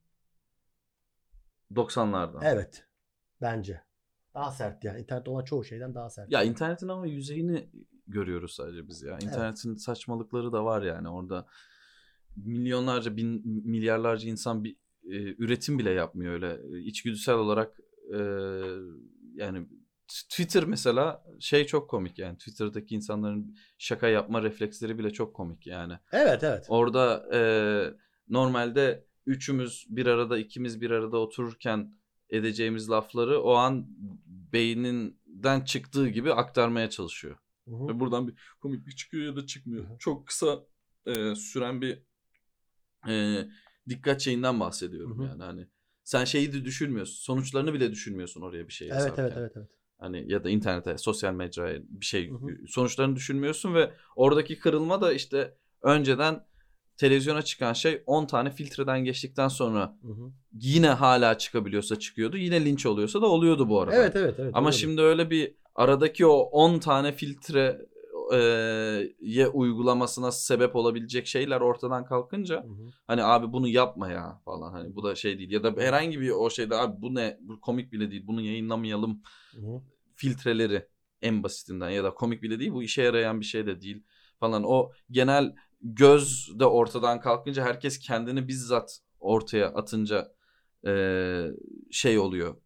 90'lardan. Evet. Bence. Daha sert yani. İnternette olan çoğu şeyden daha sert. Ya internetin ama yüzeyini görüyoruz sadece biz ya. İnternetin saçmalıkları da var yani orada. milyonlarca, milyarlarca insan bir üretim bile yapmıyor öyle. İçgüdüsel olarak yani Twitter mesela çok komik yani. Twitter'daki insanların şaka yapma refleksleri bile çok komik yani. Evet. Orada normalde ikimiz bir arada otururken edeceğimiz lafları o an beyninden çıktığı gibi aktarmaya çalışıyor. Hı-hı. Ve buradan bir komiklik çıkıyor ya da çıkmıyor. Hı-hı. Çok kısa süren bir dikkat şeyinden bahsediyorum. Hı-hı. Yani hani sen şeyi de düşünmüyorsun. Sonuçlarını bile düşünmüyorsun oraya bir şey yazarken. Evet. Hani ya da internete, sosyal medyaya bir şey, sonuçlarını düşünmüyorsun ve oradaki kırılma da işte önceden televizyona çıkan şey 10 tane filtreden geçtikten sonra yine hala çıkabiliyorsa çıkıyordu. Yine linç oluyorsa da oluyordu bu arada. Evet. Ama şimdi öyle bir aradaki o 10 tane filtreye uygulamasına sebep olabilecek şeyler ortadan kalkınca hani abi bunu yapma ya falan, hani bu da şey değil ya da herhangi bir o şeyde abi bu ne, bu komik bile değil, bunu yayınlamayalım filtreleri en basitinden, ya da komik bile değil, bu işe yarayan bir şey de değil falan, o genel göz de ortadan kalkınca herkes kendini bizzat ortaya atınca şey oluyor.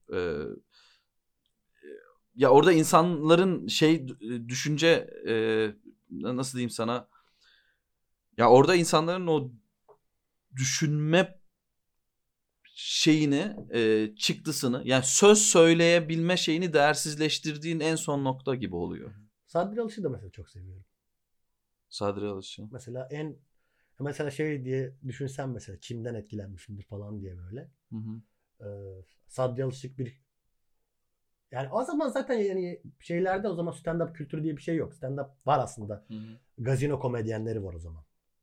Ya orada insanların düşünce nasıl diyeyim sana, ya orada insanların o düşünme şeyini çıktısını, yani söz söyleyebilme şeyini değersizleştirdiğin en son nokta gibi oluyor. Sadri Alış'ı da mesela çok seviyorum. Sadri Alış'ı. Mesela şey diye düşünsem, mesela kimden etkilenmişimdir falan diye böyle. Sadri Alışık yani o zaman zaten yani şeylerde o zaman stand-up kültürü diye bir şey yok. Stand-up var aslında. Gazino komedyenleri var o zaman.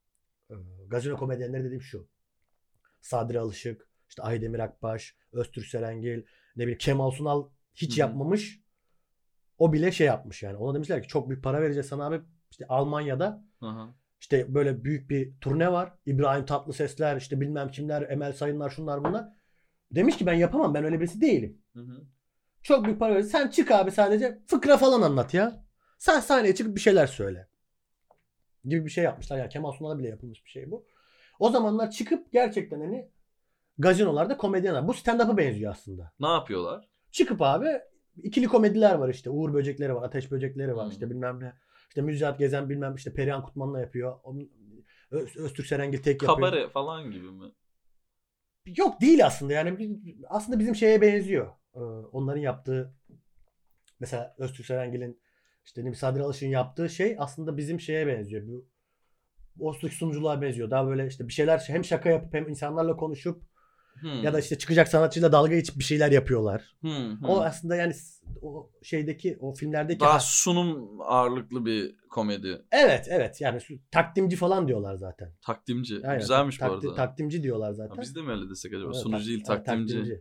Gazino komedyenleri dediğim şu: Sadri Alışık, işte Aydemir Akbaş, Öztürk Serengil, ne bileyim Kemal Sunal hiç yapmamış. O bile şey yapmış yani. Ona demişler ki çok büyük para vereceğiz sana abi. İşte Almanya'da işte böyle büyük bir turne var. İbrahim Tatlısesler, işte bilmem kimler, Emel Sayınlar, şunlar bunlar. Demiş ki ben yapamam, ben öyle birisi değilim. Çok büyük para vereceğiz. Sen çık abi, sadece fıkra falan anlat ya. Sen sahneye çıkıp bir şeyler söyle gibi bir şey yapmışlar. Yani Kemal Sunal'a bile yapılmış bir şey bu. O zamanlar çıkıp gerçekten hani gazinolarda komedyenler. Bu stand-up'a benziyor aslında. Ne yapıyorlar? Çıkıp abi ikili komediler var işte. Uğur Böcekleri var, Ateş Böcekleri var, işte bilmem ne. İşte Müjdat Gezen bilmem işte Perihan Kutman'la yapıyor. Öztürk Serengil tek yapıyor. Kabare falan gibi mi? Yok değil aslında yani. Aslında bizim şeye benziyor. Onların yaptığı, mesela Öztürk Serengil'in, işte Sadri Alışık'ın yaptığı şey aslında bizim şeye benziyor. Bu Ostuk sunuculuğa benziyor. Daha böyle işte bir şeyler hem şaka yapıp hem insanlarla konuşup ya da işte çıkacak sanatçıyla dalga geçip bir şeyler yapıyorlar. O aslında yani o şeydeki, o filmlerdeki daha sunum ağırlıklı bir komedi. Evet yani takdimci falan diyorlar zaten. Takdimci. Aynen, güzelmiş bu arada. Takdimci diyorlar zaten. Ha, biz de mi öyle desek acaba? Evet, Sunucu değil, takdimci.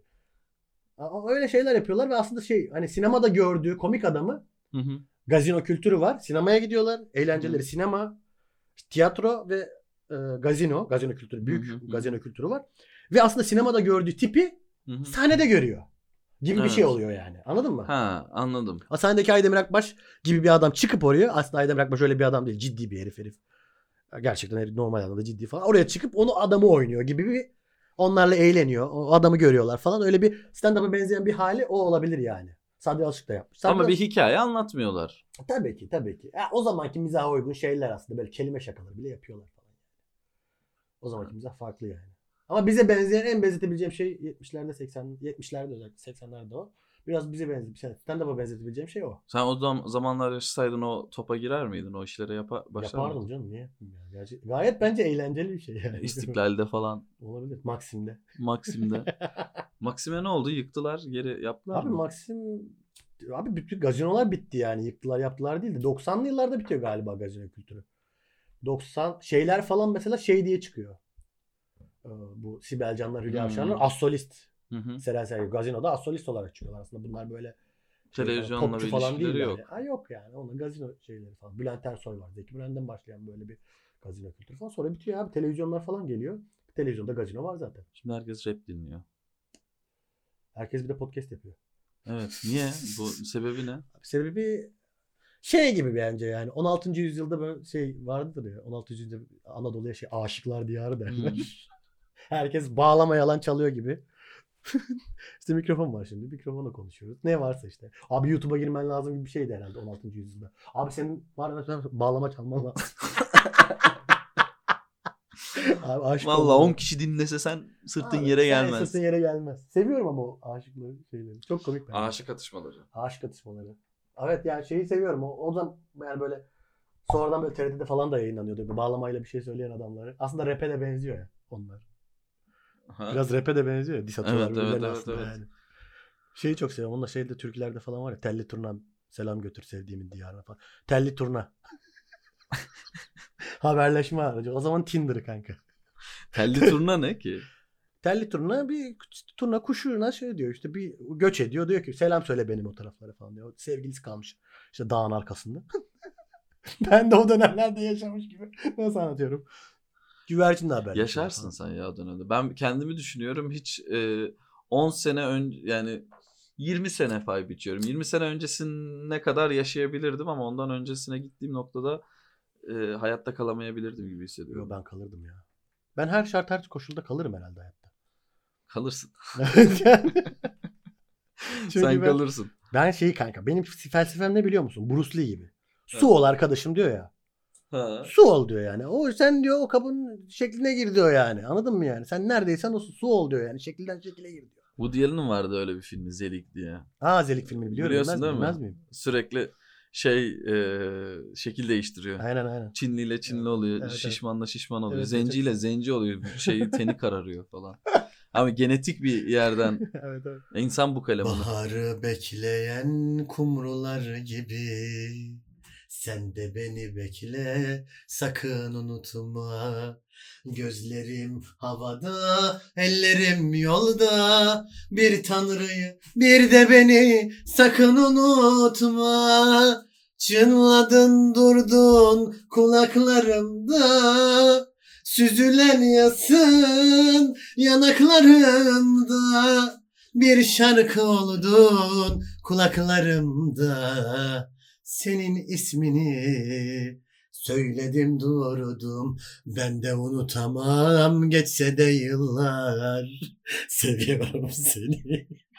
Öyle şeyler yapıyorlar ve aslında hani sinemada gördüğü komik adamı, gazino kültürü var. Sinemaya gidiyorlar. Eğlenceleri sinema, tiyatro ve gazino kültürü, büyük gazino kültürü var. Ve aslında sinemada gördüğü tipi sahnede görüyor gibi bir şey oluyor yani. Anladın mı? Ha, anladım. Sahnedeki Aydemir Akbaş gibi bir adam çıkıp oraya, aslında Aydemir Akbaş öyle bir adam değil. Ciddi bir herif. Gerçekten normal anlamda ciddi falan. Oraya çıkıp onu adamı oynuyor gibi bir, onlarla eğleniyor. O adamı görüyorlar falan. Öyle bir stand-up'a benzeyen bir hali o olabilir yani. Sadri Alışık da yapmış. Ama bir hikaye anlatmıyorlar. Tabii ki. Ya, o zamanki mizaha uygun şeyler aslında, böyle kelime şakaları bile yapıyorlar falan. O zamanki mizah farklı yani. Ama bize benzeyen, en benzetebileceğim şey 70'lerde 70'lerde özellikle 80'lerde o. Biraz bize benzeyen, stand-up'a benzetebileceğim şey o. Sen o zamanlar yaşasaydın o topa girer miydin? O işlere başlar Yapardım mıydın? canım, niye? Yani gayet bence eğlenceli bir şey yani. İstiklal'de falan. Olabilir. Maksim'de. Maksim'e ne oldu? Yıktılar, geri yaptılar abi mı? Maksim, abi bütün gazinolar bitti yani. Yıktılar yaptılar değil de 90'lı yıllarda bitiyor galiba gazino kültürü. 90 şeyler falan mesela şey diye çıkıyor. Bu Sibel Canlar, Hülya Avşarlar as-solist. Seren Serengil gazinoda as-solist olarak çıkıyorlar aslında. Bunlar böyle televizyonla bir ilişkileri yok. Yani. Yok yani. Onun gazino şeyleri falan. Bülent Ersoy var. Zeki Müren'den başlayan böyle bir gazino kültürü falan. Sonra bitiyor abi. Televizyonlar falan geliyor. Televizyonda gazino var zaten. Şimdi herkes rap dinliyor. Herkes bir de podcast yapıyor. Evet. Niye? Bu sebebi ne? Sebebi Şey gibi bence yani 16. yüzyılda böyle şey vardır ya, 16. yüzyılda Anadolu'ya şey aşıklar diyarı derler. Herkes bağlama yalan çalıyor gibi. İşte mikrofon var şimdi. Mikrofonla konuşuyoruz. Ne varsa işte. Abi YouTube'a girmen lazım gibi bir şeydi herhalde 16. yüzyılda. Abi senin var mı bağlama çalman lazım. Abi aşık Valla 10 kişi dinlese sen sırtın abi, yere gelmez. Sırtın yere gelmez. Seviyorum ama o aşıkları şeyleri. Çok komik bence. Aşık atışmaları. Aşık atışmaları. Evet yani şeyi seviyorum. O zaman yani böyle sonradan böyle TRT'de falan da yayınlanıyordu. Bir bağlamayla bir şey söyleyen adamları. Aslında rap'e de benziyor ya onlar. Aha. Biraz rap'e de benziyor ya. Diss atıyorlar Evet, birbirlerine evet, aslında evet. yani. Şeyi çok seviyorum. Onunla şeyde türkülerde falan var ya. Telli turna selam götür sevdiğimin diyarına falan. Telli turna. Haberleşme aracı. O zaman Tinder kanka. Telli turna ne ki? Telli turna bir turna kuşuna şey diyor işte bir göç ediyor. Diyor ki selam söyle benim o taraflara falan diyor. Sevgilisi kalmış işte dağın arkasında. Ben de o dönemlerde yaşamış gibi. Nasıl anlatıyorum? Güvercinle haber. Yaşarsın sen ya o dönemde. Ben kendimi düşünüyorum hiç 10 sene önce yani 20 sene pay biçiyorum. 20 sene öncesine kadar yaşayabilirdim ama ondan öncesine gittiğim noktada hayatta kalamayabilirdim gibi hissediyorum. Yo, ben kalırdım ya. Ben her şart her koşulda kalırım herhalde hayatta. Kalırsın. Çünkü Sen kalırsın. Ben şeyi kanka benim felsefem ne biliyor musun? Bruce Lee gibi. Su ol arkadaşım diyor ya. Ha. Su ol diyor yani. O sen diyor o kabın şekline gir diyor yani. Anladın mı yani? Sen neredeysen o su ol diyor yani. Şekilden şekile gir diyor. Woody Allen'ın vardı öyle bir filmi Zelik diye. Zelik filmini biliyorum. Biliyorsun değil mi? Bilmez miyim? Sürekli şekil değiştiriyor. Aynen. Çinliyle Çinli oluyor. Evet. Şişmanla şişman oluyor. Evet, Zenciyle zenci oluyor. Teni kararıyor falan. Ama genetik bir yerden evet. insan bu kalem onu. Baharı bekleyen kumrular gibi sen de beni bekle sakın unutma. Gözlerim havada, ellerim yolda. Bir Tanrı'yı bir de beni sakın unutma. Çınladın durdun kulaklarımda. Süzülen yasın yanaklarımda. Bir şarkı oldun kulaklarımda. Senin ismini söyledim durdum. Ben de unutamam geçse de yıllar. Seviyorum seni.